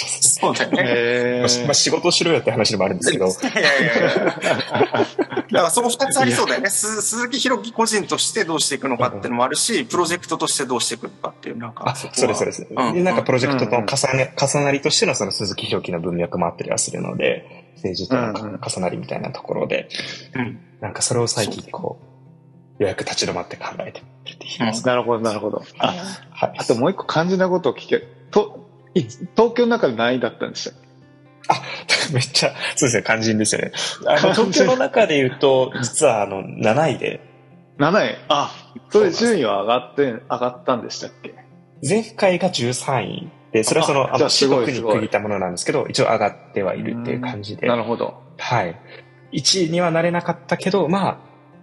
そうだよね。 仕事しろよって話でもあるんですけど。いや。 だからその2つありそうだよね。鈴木ひろき個人としてどうしていくのかっていうのもあるし、プロジェクトとしてどうしていくのかっていうなんか。 そうです。なんかプロジェクトとの重なりとしてのその鈴木ひろきの文脈もあったりはするので、政治との重なりみたいなところで、なんかそれを最近ようやく立ち止まって考えてるって言います。 なるほど。あともう一個肝心なことを聞け。 東京の中で何位だったんでしたっけ？ めっちゃ、そうですね、肝心ですよね。東京の中で言うと、実は7位で。 7位？それ順位は上がったんでしたっけ？ 前回が13位で、それは四国に区切ったものなんですけど、一応上がってはいるっていう感じで。 なるほど。 はい。1位にはなれなかったけど、上が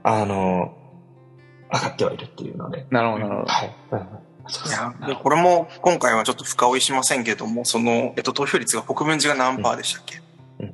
ってはいるっていうので。 なるほど、なるほど。 はい。 いや、でこれも今回はちょっと深追いしませんけども、投票率が国分寺が何パーでしたっけ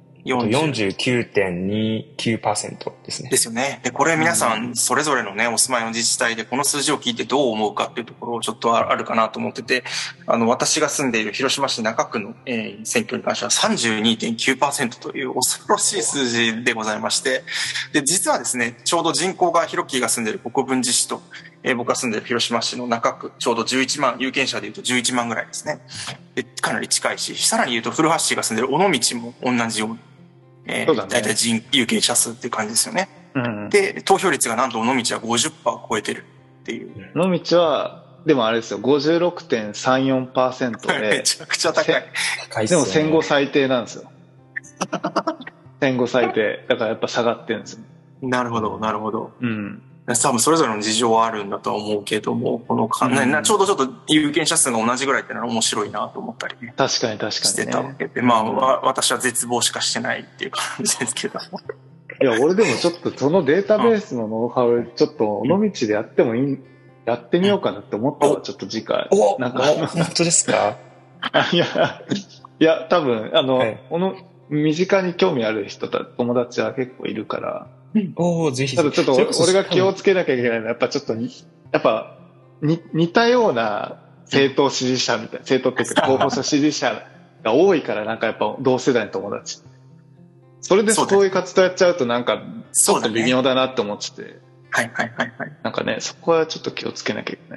？49.29% ですね。 ですよね。で、これ皆さんそれぞれのね、お住まいの自治体でこの数字を聞いてどう思うかっていうところをちょっとあるかなと思ってて、私が住んでいる広島市中区の、選挙に関しては 32.9% という恐ろしい数字でございまして、で、実はですね、ちょうど人口がヒロキが住んでいる国分寺市と、僕が住んでいる広島市の中区、ちょうど11万、有権者でいうと11万ぐらいですね。で、かなり近いし、さらに言うと古橋市が住んでいる尾道も同じように、 そうだね、 大体有権者数っていう感じですよね。 うん、 で、投票率がなんと尾道は 50% 超えてるっていう。 尾道は、でもあれですよ、56.34% で。 めちゃくちゃ高い。 でも戦後最低なんですよ。戦後最低。だからやっぱ下がってるんですよ。 なるほど、なるほど。 うん。 多分それぞれの事情はあるんだとは思うけども、ちょうどちょっと有権者数が同じぐらいってのは面白いなと思ったりね。 確かに確かに、ね。 してたわけで、私は絶望しかしてないっていう感じですけど。 いや、俺でもちょっとそのデータベースのノウハウ、ちょっと尾道でやってもやってみようかなって思ったわ、ちょっと次回。 なんか、本当ですか？ いや、多分、身近に興味ある友達は結構いるから、 ぜひ。 ただちょっと俺が気をつけなきゃいけないのは、やっぱちょっと似たような政党支持者みたいな、政党っていうか候補者支持者が多いから、なんかやっぱ同世代の友達。それでそういう活動やっちゃうとなんか、ちょっと微妙だなって思ってて。 はい。 なんかね、そこはちょっと気をつけなきゃいけない。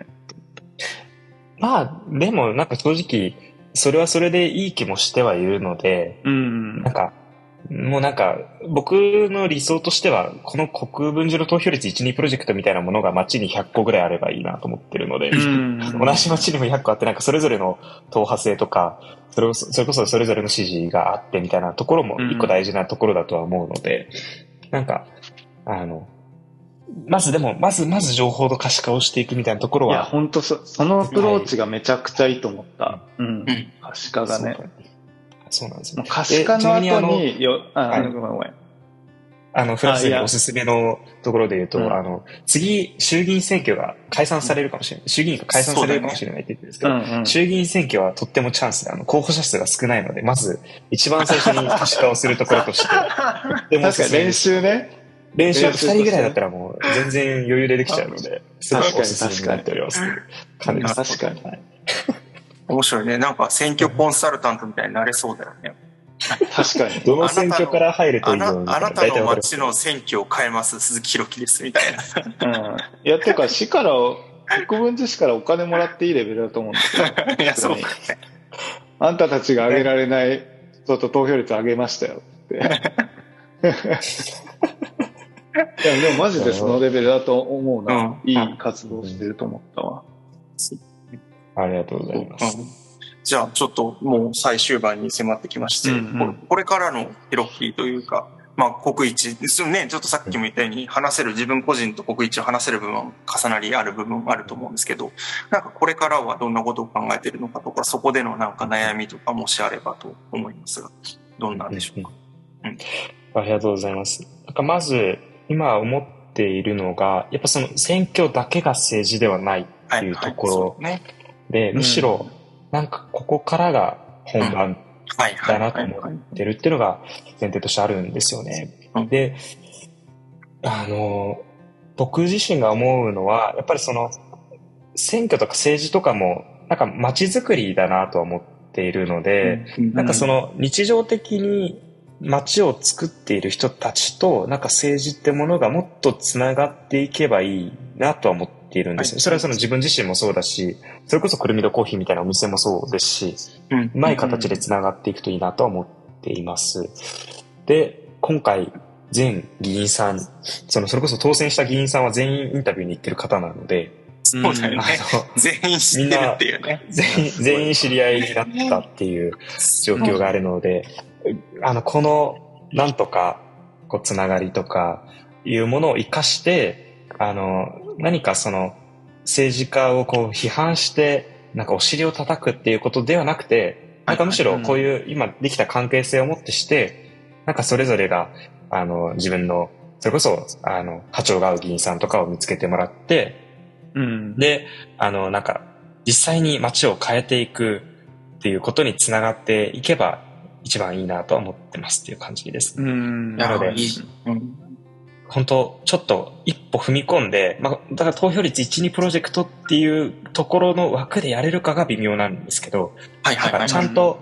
でもなんか正直、それはそれでいい気もしてはいるので、もうなんか、僕の理想としては、この国分寺の投票率 1,2 プロジェクトみたいなものが街に100個ぐらいあればいいなと思ってるので、同じ街にも100個あって、なんかそれぞれの党派性とか、それこそそれぞれの支持があってみたいなところも一個大事なところだとは思うので、なんか、まず情報の可視化をしていくみたいなところは。 いや、本当そのアプローチがめちゃくちゃいいと思った。可視化がね。 そうなんですよ。 可視化の後に、ごめん。 フランスにおすすめのところで言うと、次、衆議院選挙が解散されるかもしれない。衆議院が解散されるかもしれないって言ってるんですけど、衆議院選挙はとってもチャンスで、候補者数が少ないので、まず、一番最初に可視化をするところとして。 でも確かに練習ね。 練習2人ぐらいだったらもう全然余裕でできちゃうので、すごいおすすめになっております。 確かに。 面白いね。なんか選挙コンサルタントみたいになれそうだよね。 確かに。 どの選挙から入るといいのあなたの町の選挙を変えます、鈴木宏樹です、みたいな。いや、てか、国分寺市からお金もらっていいレベルだと思うんですよ。 いや、そう。 あんたたちが上げられない、ちょっと投票率上げましたよって。いや、でもマジでそのレベルだと思うな。いい活動してると思ったわ。 ありがとうございます。 じゃあ、ちょっともう最終盤に迫ってきまして、これからのヒロキというか、国一ですね、ちょっとさっきも言ったように自分個人と国一を話せる部分、重なりある部分あると思うんですけど、なんかこれからはどんなことを考えているのかとか、そこでのなんか悩みとかもしあればと思いますが、どんなんでしょうか。 ありがとうございます。なんかまず、今思っているのが、やっぱその選挙だけが政治ではないっていうところで、むしろなんかここからが本番だなと思ってるっていうのが前提としてあるんですよね。で、僕自身が思うのは、やっぱりその選挙とか政治とかもなんか街づくりだなとは思っているので、なんかその日常的に街を作っている人たちとなんか政治ってものがもっとつながっていけばいいなとは思っているんですよ。それはその自分自身もそうだし、それこそくるみどコーヒーみたいなお店もそうですし、うまい形でつながっていくといいなとは思っています。で、今回全議員さん、それこそ当選した議員さんは全員インタビューに行ってる方なので、 そうだよね。全員知ってるっていうね。 全員知り合いになったっていう状況があるので、この、なんとか、つながりとか、いうものを活かして、何か政治家を批判して、なんかお尻を叩くっていうことではなくて、なんかむしろこういう今できた関係性をもってして、なんかそれぞれが、自分の、それこそ、波長が合う議員さんとかを見つけてもらって、で、なんか、実際に街を変えていくっていうことにつながっていけば一番いいなとは思ってますっていう感じです。なので、本当ちょっと一歩踏み込んで、だから投票率 1,2 プロジェクトっていうところの枠でやれるかが微妙なんですけど、ちゃんと、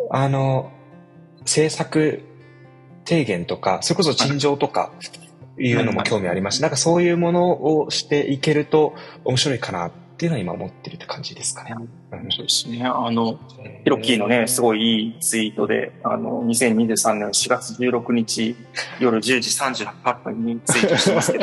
政策提言とか、それこそ陳情とかいうのも興味ありますし、なんかそういうものをしていけると面白いかなっていうのは今思ってるって感じですかね。 そうですね。ヒロッキーのね、すごいいいツイートで、2023年4月16日夜10時38分にツイートしてますけど、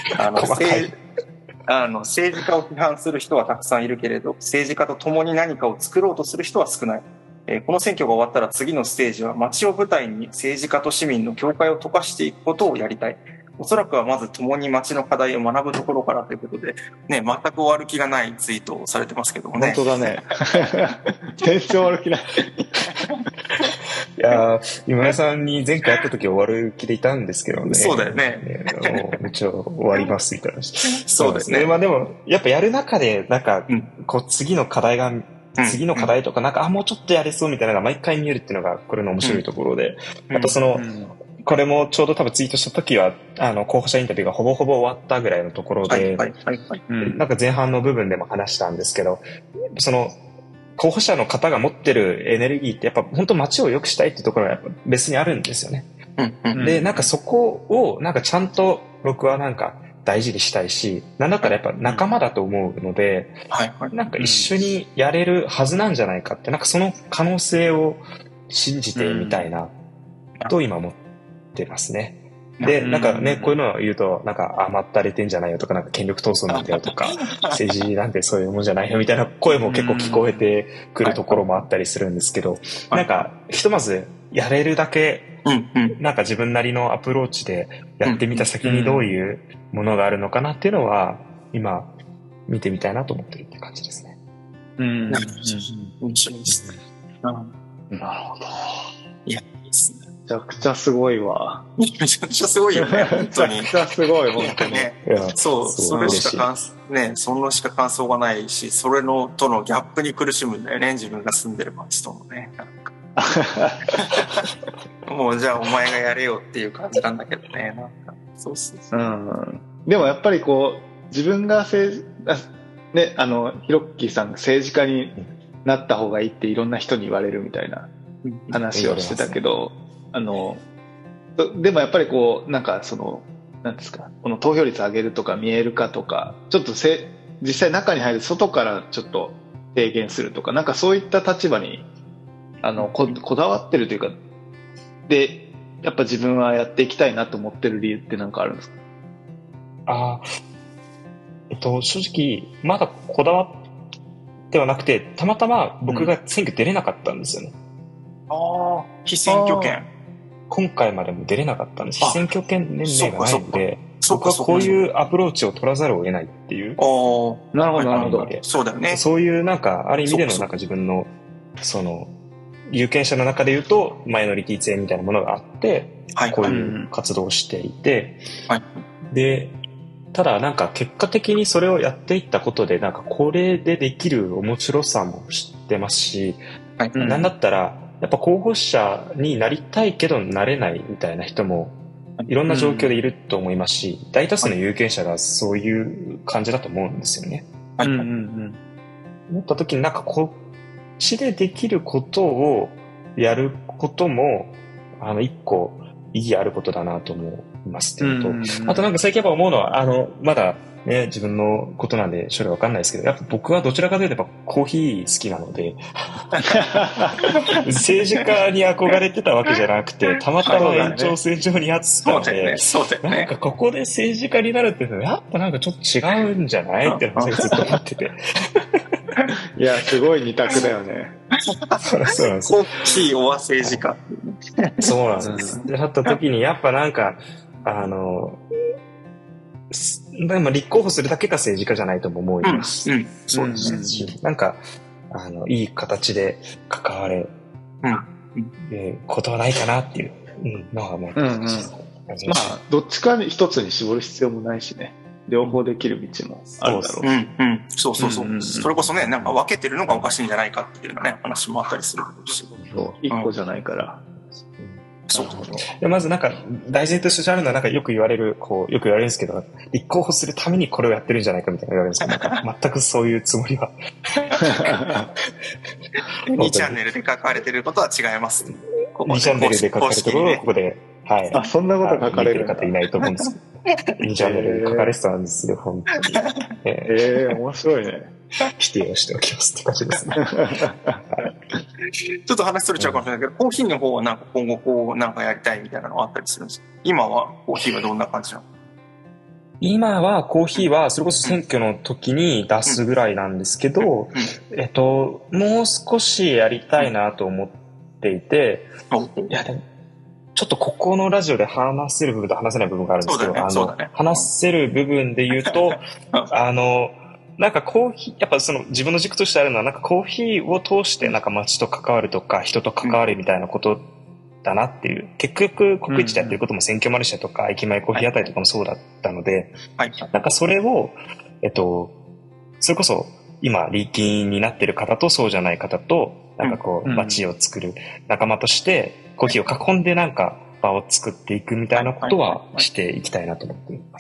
政治家を批判する人はたくさんいるけれど、政治家と共に何かを作ろうとする人は少ない。この選挙が終わったら次のステージは街を舞台に政治家と市民の境界を溶かしていくことをやりたい。おそらくはまず共に街の課題を学ぶところからということで、ね、全く終わる気がないツイートをされてますけどもね。 本当だね。全然終わる気ない。 いや今井さんに前回会った時終わる気でいたんですけどね。 そうだよね。 めっちゃ終わりますみたいな。 そうですね。 でも、やっぱやる中で、なんか、次の課題とか、なんか、もうちょっとやれそうみたいなのが毎回見えるっていうのが、これの面白いところで、あとこれもちょうど多分ツイートした時は、候補者インタビューがほぼほぼ終わったぐらいのところで、なんか前半の部分でも話したんですけど、候補者の方が持ってるエネルギーってやっぱ本当街を良くしたいっていうところがやっぱ別にあるんですよね。で、なんかそこをなんかちゃんと僕はなんか大事にしたいし、なんだったらやっぱ仲間だと思うので、なんか一緒にやれるはずなんじゃないかって、なんかその可能性を信じてみたいなと今思ってますね。で、なんかね、こういうのを言うと、なんか甘ったれてんじゃないよとか、なんか権力闘争なんだよとか、政治なんてそういうもんじゃないよみたいな声も結構聞こえてくるところもあったりするんですけど、なんかひとまずやれるだけ、なんか自分なりのアプローチでやってみた先にどういうものがあるのかなっていうのは、今見てみたいなと思ってるって感じですね。 面白いですね。 なるほど。 いや、いいですね。 めちゃくちゃすごいわ。 めちゃくちゃすごいよね、本当に。 めちゃくちゃすごい、本当に。 そう、それしかそのしか感想がないし、それとのギャップに苦しむんだよね、自分が住んでる街とのね。もうじゃあお前がやれよっていう感じなんだけどね、なんか。そう。 でもやっぱり自分がヒロッキーさんが政治家になった方がいいっていろんな人に言われるみたいな話をしてたけど、でもやっぱりなんかなんですか、この投票率上げるとか見える化とか、ちょっと実際中に入る外からちょっと提言するとか、なんかそういった立場にこだわってるというか、でやっぱ自分はやっていきたいなと思ってる理由って何かあるんですか？ 正直まだこだわってはなくて、たまたま僕が選挙出れなかったんですよね。 非選挙権。 今回までも出れなかったんです。非選挙権年齢がないので、僕はこういうアプローチを取らざるを得ないっていう。 なるほど、なるほど。 そうだよね。 そういうなんか、ある意味でのなんか自分の、有権者の中で言うと、マイノリティ性みたいなものがあって、こういう活動をしていて、で、ただなんか結果的にそれをやっていったことで、なんかこれでできる面白さも知ってますし、なんだったら、やっぱ候補者になりたいけどなれないみたいな人もいろんな状況でいると思いますし、大多数の有権者がそういう感じだと思うんですよね。思った時になんかこっちでできることをやることも、一個意義あることだなと思いますっていうのと、あとなんか最近やっぱ思うのは、まだね、自分のことなんで将来わかんないですけど、やっぱ僕はどちらかというとやっぱコーヒー好きなので、政治家に憧れてたわけじゃなくて、たまたま延長線上にあったので、なんかここで政治家になるっていうのは、やっぱなんかちょっと違うんじゃないって話をずっと思ってて。 いや、すごい二択だよね。 そうなんです。 コーヒーは政治家。 そうなんです。で、あった時に、やっぱなんか、立候補するだけが政治家じゃないとも思いますし、そうですし、なんか、いい形で関われ、ことはないかなっていうのは思ってます。 まあ、どっちかに一つに絞る必要もないしね。両方できる道もあるだろうし。 そう。それこそね、なんか分けてるのがおかしいんじゃないかっていうのね、話もあったりするし。 そう、一個じゃないから。 そう。 でまずなんか、大前提としてあるのはなんかよく言われるんですけど、立候補するためにこれをやってるんじゃないかみたいな言われるんですけど、なんか全くそういうつもりは。 2チャンネルで書かれてることは違います。 2チャンネルで書かれてることをここで、はい。 あ、そんなこと書かれる方いないと思うんですけど。2チャンネルで書かれてたんですよ、本当に。 面白いね。 否定をしておきますって感じですね。 ちょっと話それちゃうかもしれないけど、コーヒーの方はなんか今後こうなんかやりたいみたいなのはあったりするんですか？今はコーヒーはどんな感じなの？ 今はコーヒーはそれこそ選挙の時に出すぐらいなんですけど、もう少しやりたいなと思っていて、いやでもちょっとここのラジオで話せる部分と話せない部分があるんですけど、話せる部分で言うと、なんかコーヒー、やっぱその自分の軸としてあるのはなんかコーヒーを通してなんか街と関わるとか人と関わるみたいなことだなっていう。結局国一でやってることも選挙マルシェとか駅前コーヒー屋台とかもそうだったので、なんかそれを、それこそ今リーキーになってる方とそうじゃない方となんかこう街を作る仲間としてコーヒーを囲んでなんか場を作っていくみたいなことはしていきたいなと思っています。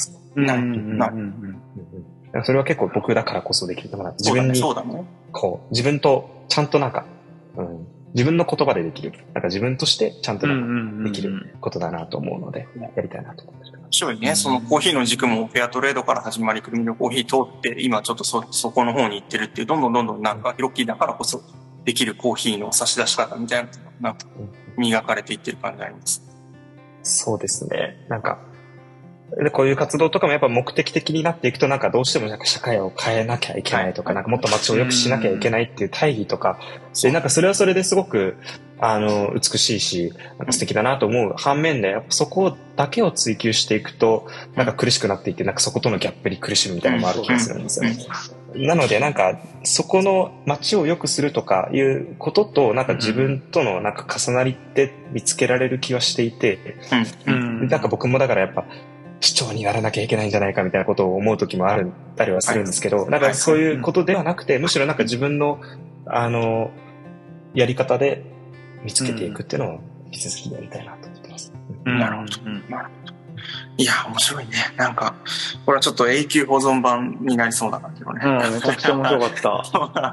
それは結構僕だからこそできると思う。自分に、こう、自分とちゃんとなんか、自分の言葉でできる。なんか自分としてちゃんとできることだなと思うので、やりたいなと思ってます。 面白いね。そのコーヒーの軸もフェアトレードから始まり、くるみのコーヒー通って、今ちょっとそこの方に行ってるっていう、どんどんなんか、ヒロッキーだからこそできるコーヒーの差し出し方みたいなのが、なんか、磨かれていってる感じあります。 そうですね。なんか、でこういう活動とかもやっぱ目的的になっていくとなんかどうしてもなんか社会を変えなきゃいけないとか、なんかもっと街を良くしなきゃいけないっていう大義とか、でなんかそれはそれですごく美しいし、なんか素敵だなと思う反面で、やっぱそこだけを追求していくとなんか苦しくなっていって、なんかそことのギャップに苦しむみたいなのもある気がするんですよね。なのでなんかそこの街を良くするとかいうこととなんか自分とのなんか重なりって見つけられる気はしていて、なんか僕もだからやっぱ市長にならなきゃいけないんじゃないかみたいなことを思う時もあったりはするんですけど、なんかそういうことではなくて、むしろなんか自分のやり方で見つけていくっていうのを引き続きやりたいなと思ってます。 なるほど。いや、面白いね。なんか、これはちょっと永久保存版になりそうだなけどね。 めちゃくちゃ面白かった。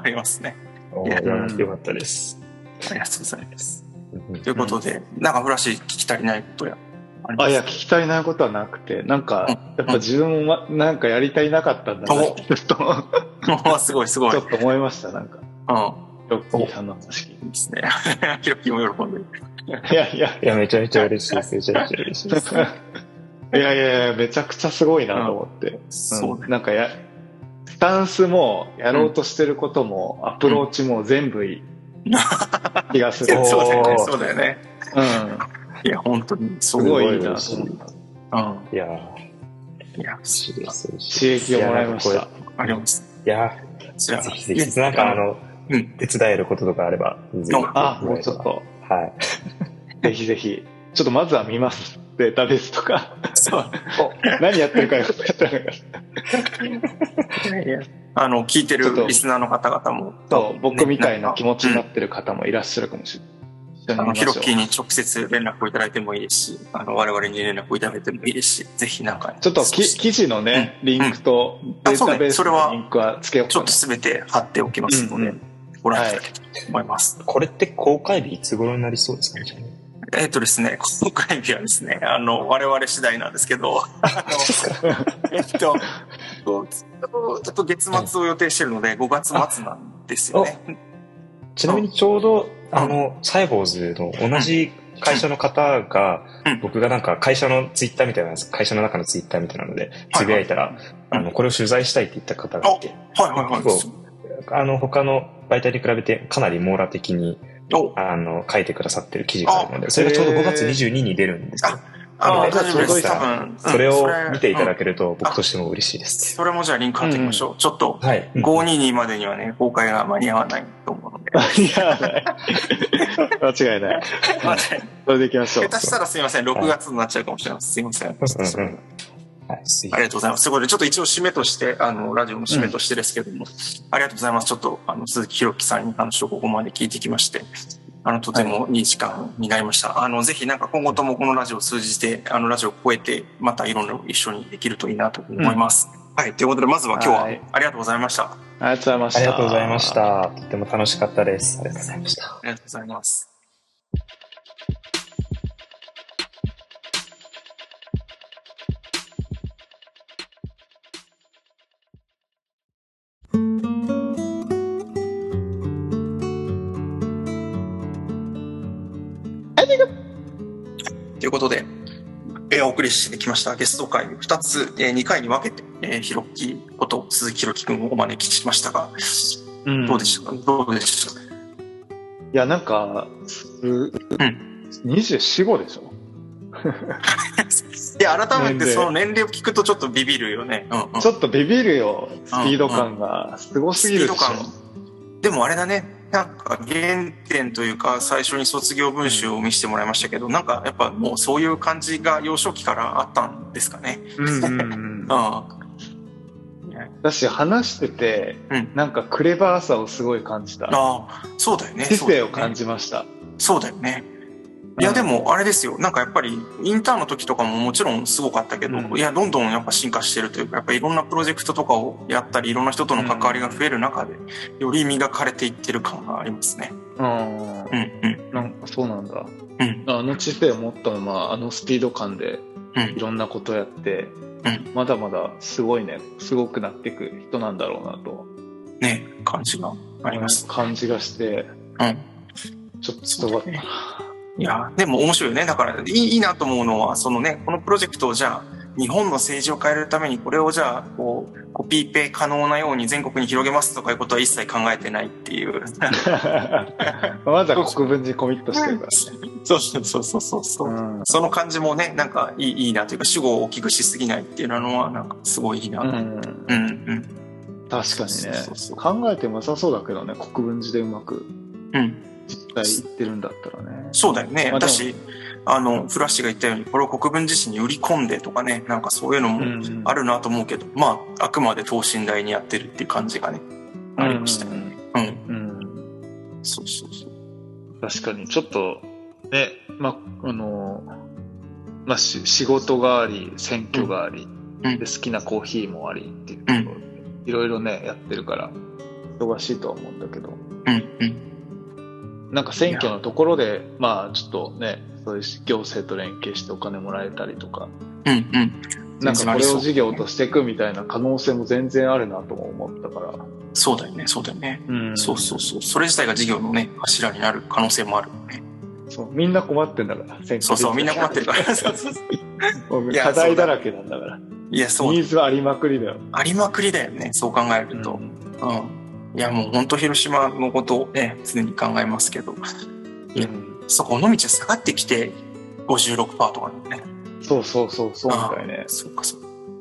ありますね。 よかったです。 ありがとうございます。ということで、なんかフラッシュ聞き足りないことや。 いや、聞き足りないことはなくて、なんか、やっぱ自分もなんかやり足りなかったんだなって、ちょっと、 すごい。ちょっと思いました、なんか。ヒロッキーさんの話聞いてですね。ヒロッキーも喜んでる。 いや、 めちゃめちゃ嬉しいです。めちゃめちゃ嬉しいです。 いや、めちゃくちゃすごいなと思って。なんかスタンスも、やろうとしてることも、アプローチも全部いい気がする。 そうだよね。いや、本当にすごいな。 いや、 刺激をもらいました。 あります。 いや、ぜひぜひ、なんか手伝えることとかあれば、 もうちょっと。はい。ぜひぜひ。ちょっとまずは見ます。データベースとか。何やってるかよくやってるか。 聞いてるリスナーの方々も。 僕みたいな気持ちになってる方もいらっしゃるかもしれない。 ヒロッキーに直接連絡をいただいてもいいですし、我々に連絡をいただいてもいいですし、ぜひなんか、 ちょっと記事のね、リンクとデータベースのリンクはつけようかな。 ちょっとすべて貼っておきますので、ご覧いただけたらと思います。 これって公開日いつ頃になりそうですかね？ ですね、公開日はですね、我々次第なんですけど、月末を予定してるので、5月末なんですよね。 ちなみにちょうど、サイボーズの同じ会社の方が、僕がなんか会社のツイッターみたいな、会社の中のツイッターみたいなので、つぶやいたら、これを取材したいって言った方がいて、結構、他の媒体に比べてかなり網羅的に、書いてくださってる記事があるので、それがちょうど5月22日に出るんですよ。 大丈夫です。多分。 それを見ていただけると僕としても嬉しいです。 それもじゃあリンク貼っていきましょう。ちょっと、522までにはね、公開が間に合わないと思うので。 間に合わない。間違いない。それでいきましょう。 下手したらすいません、6月になっちゃうかもしれません。すいません。 はい、 ありがとうございます。ということで、ちょっと一応締めとして、ラジオの締めとしてですけども、ありがとうございます。ちょっと、鈴木ひろきさんに話をここまで聞いてきまして、とてもいい時間になりました。ぜひなんか今後ともこのラジオを通じて、ラジオを超えて、またいろんな一緒にできるといいなと思います。はい。ということで、まずは今日はありがとうございました。 ありがとうございました。 ありがとうございました。とても楽しかったです。ありがとうございました。 ありがとうございます。ということで、お送りしてきましたゲスト会2つ、2回に分けて、ひろきこと鈴木ひろきくんをお招きしましたが、どうでしたか？ いや、なんか、24、5でしょいや、改めてその年齢を聞くとちょっとビビるよね。 ちょっとビビるよ。スピード感がすごすぎるでしょ。 でもあれだね。なんか原点というか最初に卒業文集を見せてもらいましたけど、なんかやっぱもうそういう感じが幼少期からあったんですかね。 だし話してて、なんかクレバーさをすごい感じた。 そうだよね。 知性を感じました。 そうだよね。いやでもあれですよ、なんかやっぱりインターンの時とかももちろんすごかったけど、いやどんどんやっぱ進化してるというか、やっぱいろんなプロジェクトとかをやったりいろんな人との関わりが増える中で、より磨かれていってる感がありますね。 なんかそうなんだ。知性を持ったままスピード感でいろんなことをやって、まだまだすごいね、すごくなっていく人なんだろうなとね、感じがあります。 感じがして、ちょっといや、でも面白いよね。だからいいなと思うのは、そのね、このプロジェクトをじゃあ、日本の政治を変えるためにこれをじゃあ、こう、コピーペ可能なように全国に広げますとかいうことは一切考えてないっていう。 まずは国分寺コミットしてるからね。 そう。その感じもね、なんかいいなというか、主語を大きくしすぎないっていうのは、なんかすごいいいな。 確かにね。考えても良さそうだけどね、国分寺でうまく。実際言ってるんだったらね。 そうだよね。だし、フラッシュが言ったように、これを国分寺市に売り込んでとかね、なんかそういうのもあるなと思うけど、あくまで等身大にやってるっていう感じがね、ありましたよね。そう。 確かに、ちょっと、ね、仕事があり、選挙があり、で好きなコーヒーもありっていうところで、いろいろね、やってるから、忙しいとは思うんだけど、なんか選挙のところで、ちょっとね、そういう行政と連携してお金もらえたりとか、なんかこれを事業としていくみたいな可能性も全然あるなとも思ったから。 そうだよね。そう。それ自体が事業のね、柱になる可能性もあるよね。 そう、みんな困ってんだから、選挙。 そう、みんな困ってるから。 課題だらけなんだから。 いや、そう。 ニーズはありまくりだよ。 ありまくりだよね、そう考えると。いや、もう本当広島のことをね、常に考えますけど。そこ、尾道下がってきて 56% とかね。 そうみたいね。 そうか。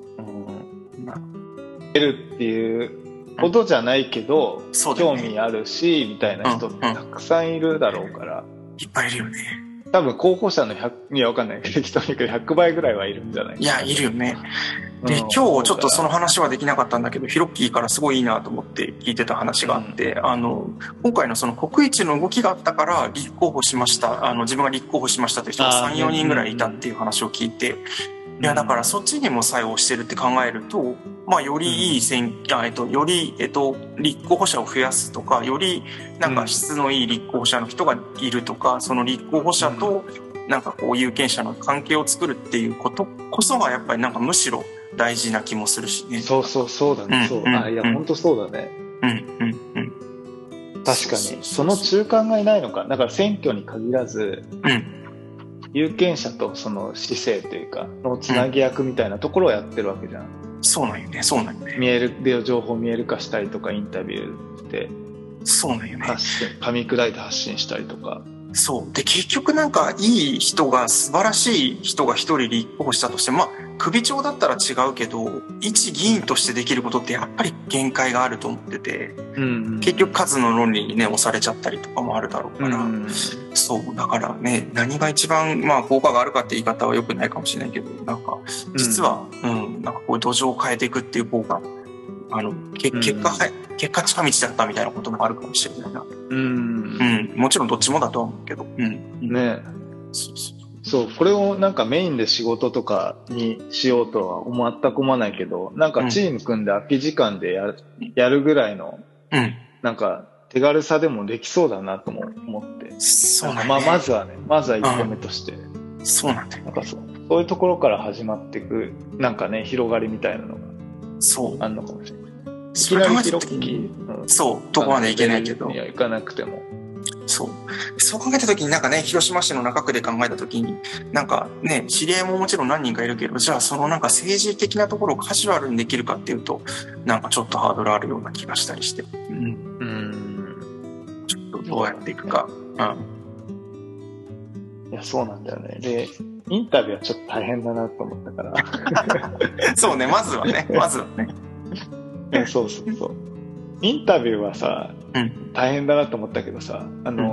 得るっていうことじゃないけど、興味あるし、みたいな人ってたくさんいるだろうから。 いっぱいいるよね。 多分候補者のわかんないけど、適当に言うけど100倍ぐらいはいるんじゃないかな。 いや、いるよね。で、今日ちょっとその話はできなかったんだけど、ヒロッキーからすごいいいなと思って聞いてた話があって、今回のその国一の動きがあったから立候補しました、自分が立候補しましたという人が3、4人ぐらいいたっていう話を聞いて、いや、だからそっちにも作用してるって考えると、よりいいより、立候補者を増やすとか、よりなんか質のいい立候補者の人がいるとか、その立候補者となんかこう有権者の関係を作るっていうことこそがやっぱりなんかむしろ大事な気もするしね。 そうだね。そう。いや、本当そうだね。確かに。その中間がいないのか。だから選挙に限らず、有権者とその市政というか、のつなぎ役みたいなところをやってるわけじゃん。 そうなんよね。そうなんよね。情報を見える化したりとか、インタビューして、 そうなんよね。 噛み砕いて発信したりとか。 そう。で、結局なんかいい人が、素晴らしい人が一人立候補したとして、まあ、首長だったら違うけど、一議員としてできることってやっぱり限界があると思ってて、結局数の論理にね、押されちゃったりとかもあるだろうから、そう。だからね、何が一番、まあ、効果があるかって言い方は良くないかもしれないけど、なんか、実は、なんかこういう土壌を変えていくっていう方が、結果近道だったみたいなこともあるかもしれないな。もちろんどっちもだとは思うけど。 ね。そう、これをなんかメインで仕事とかにしようとは全く思わないけど、なんかチーム組んで空き時間でやるぐらいの、なんか手軽さでもできそうだなとも思って。 そうなんだ、 ね。まずは一歩目として。 そうなんだよ。 なんかそういうところから始まっていく、なんかね、広がりみたいなのが。あるのかもしれない。いきなり広き、 そう、どこまでいけないけど。 いや、行かなくても。 そう。そう考えたときになんかね、広島市の中区で考えたときに、なんかね、知り合いももちろん何人かいるけど、じゃあそのなんか政治的なところをカジュアルにできるかっていうと、なんかちょっとハードルあるような気がしたりして。ちょっとどうやっていくか。 いや、そうなんだよね。で、インタビューはちょっと大変だなと思ったから。 そうね、まずはね。 そう。インタビューはさ、大変だなと思ったけどさ、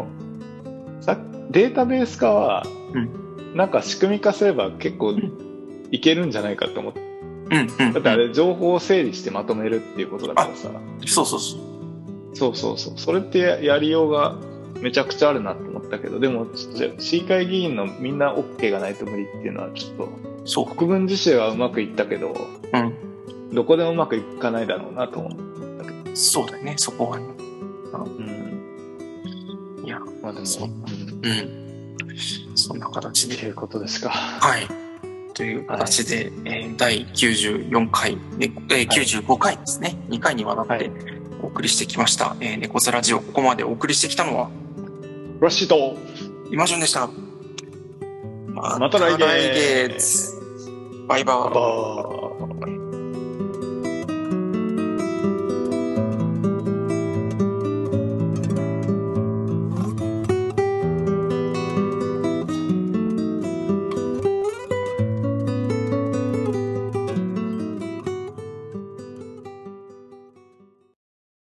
データベース化は、なんか仕組み化すれば結構いけるんじゃないかと思って。だってあれ情報を整理してまとめるっていうことだからさ。そう。それってやりようがめちゃくちゃあるなと思ったけど、でもちょっと市議会議員のみんな OK がないと無理っていうのはちょっと、国分自身はうまくいったけど、どこでもうまくいかないだろうなと思ったけど。 そうだよね、そこはね。いや、 まあでも、 そんな形で。 ということですか。 はい。という形で、第94回、95回ですね。2回にわたってお送りしてきました。猫背ラジオ、ここまでお送りしてきたのは、 ラッシーと、 今順でした。 また来月。 バイバーイ。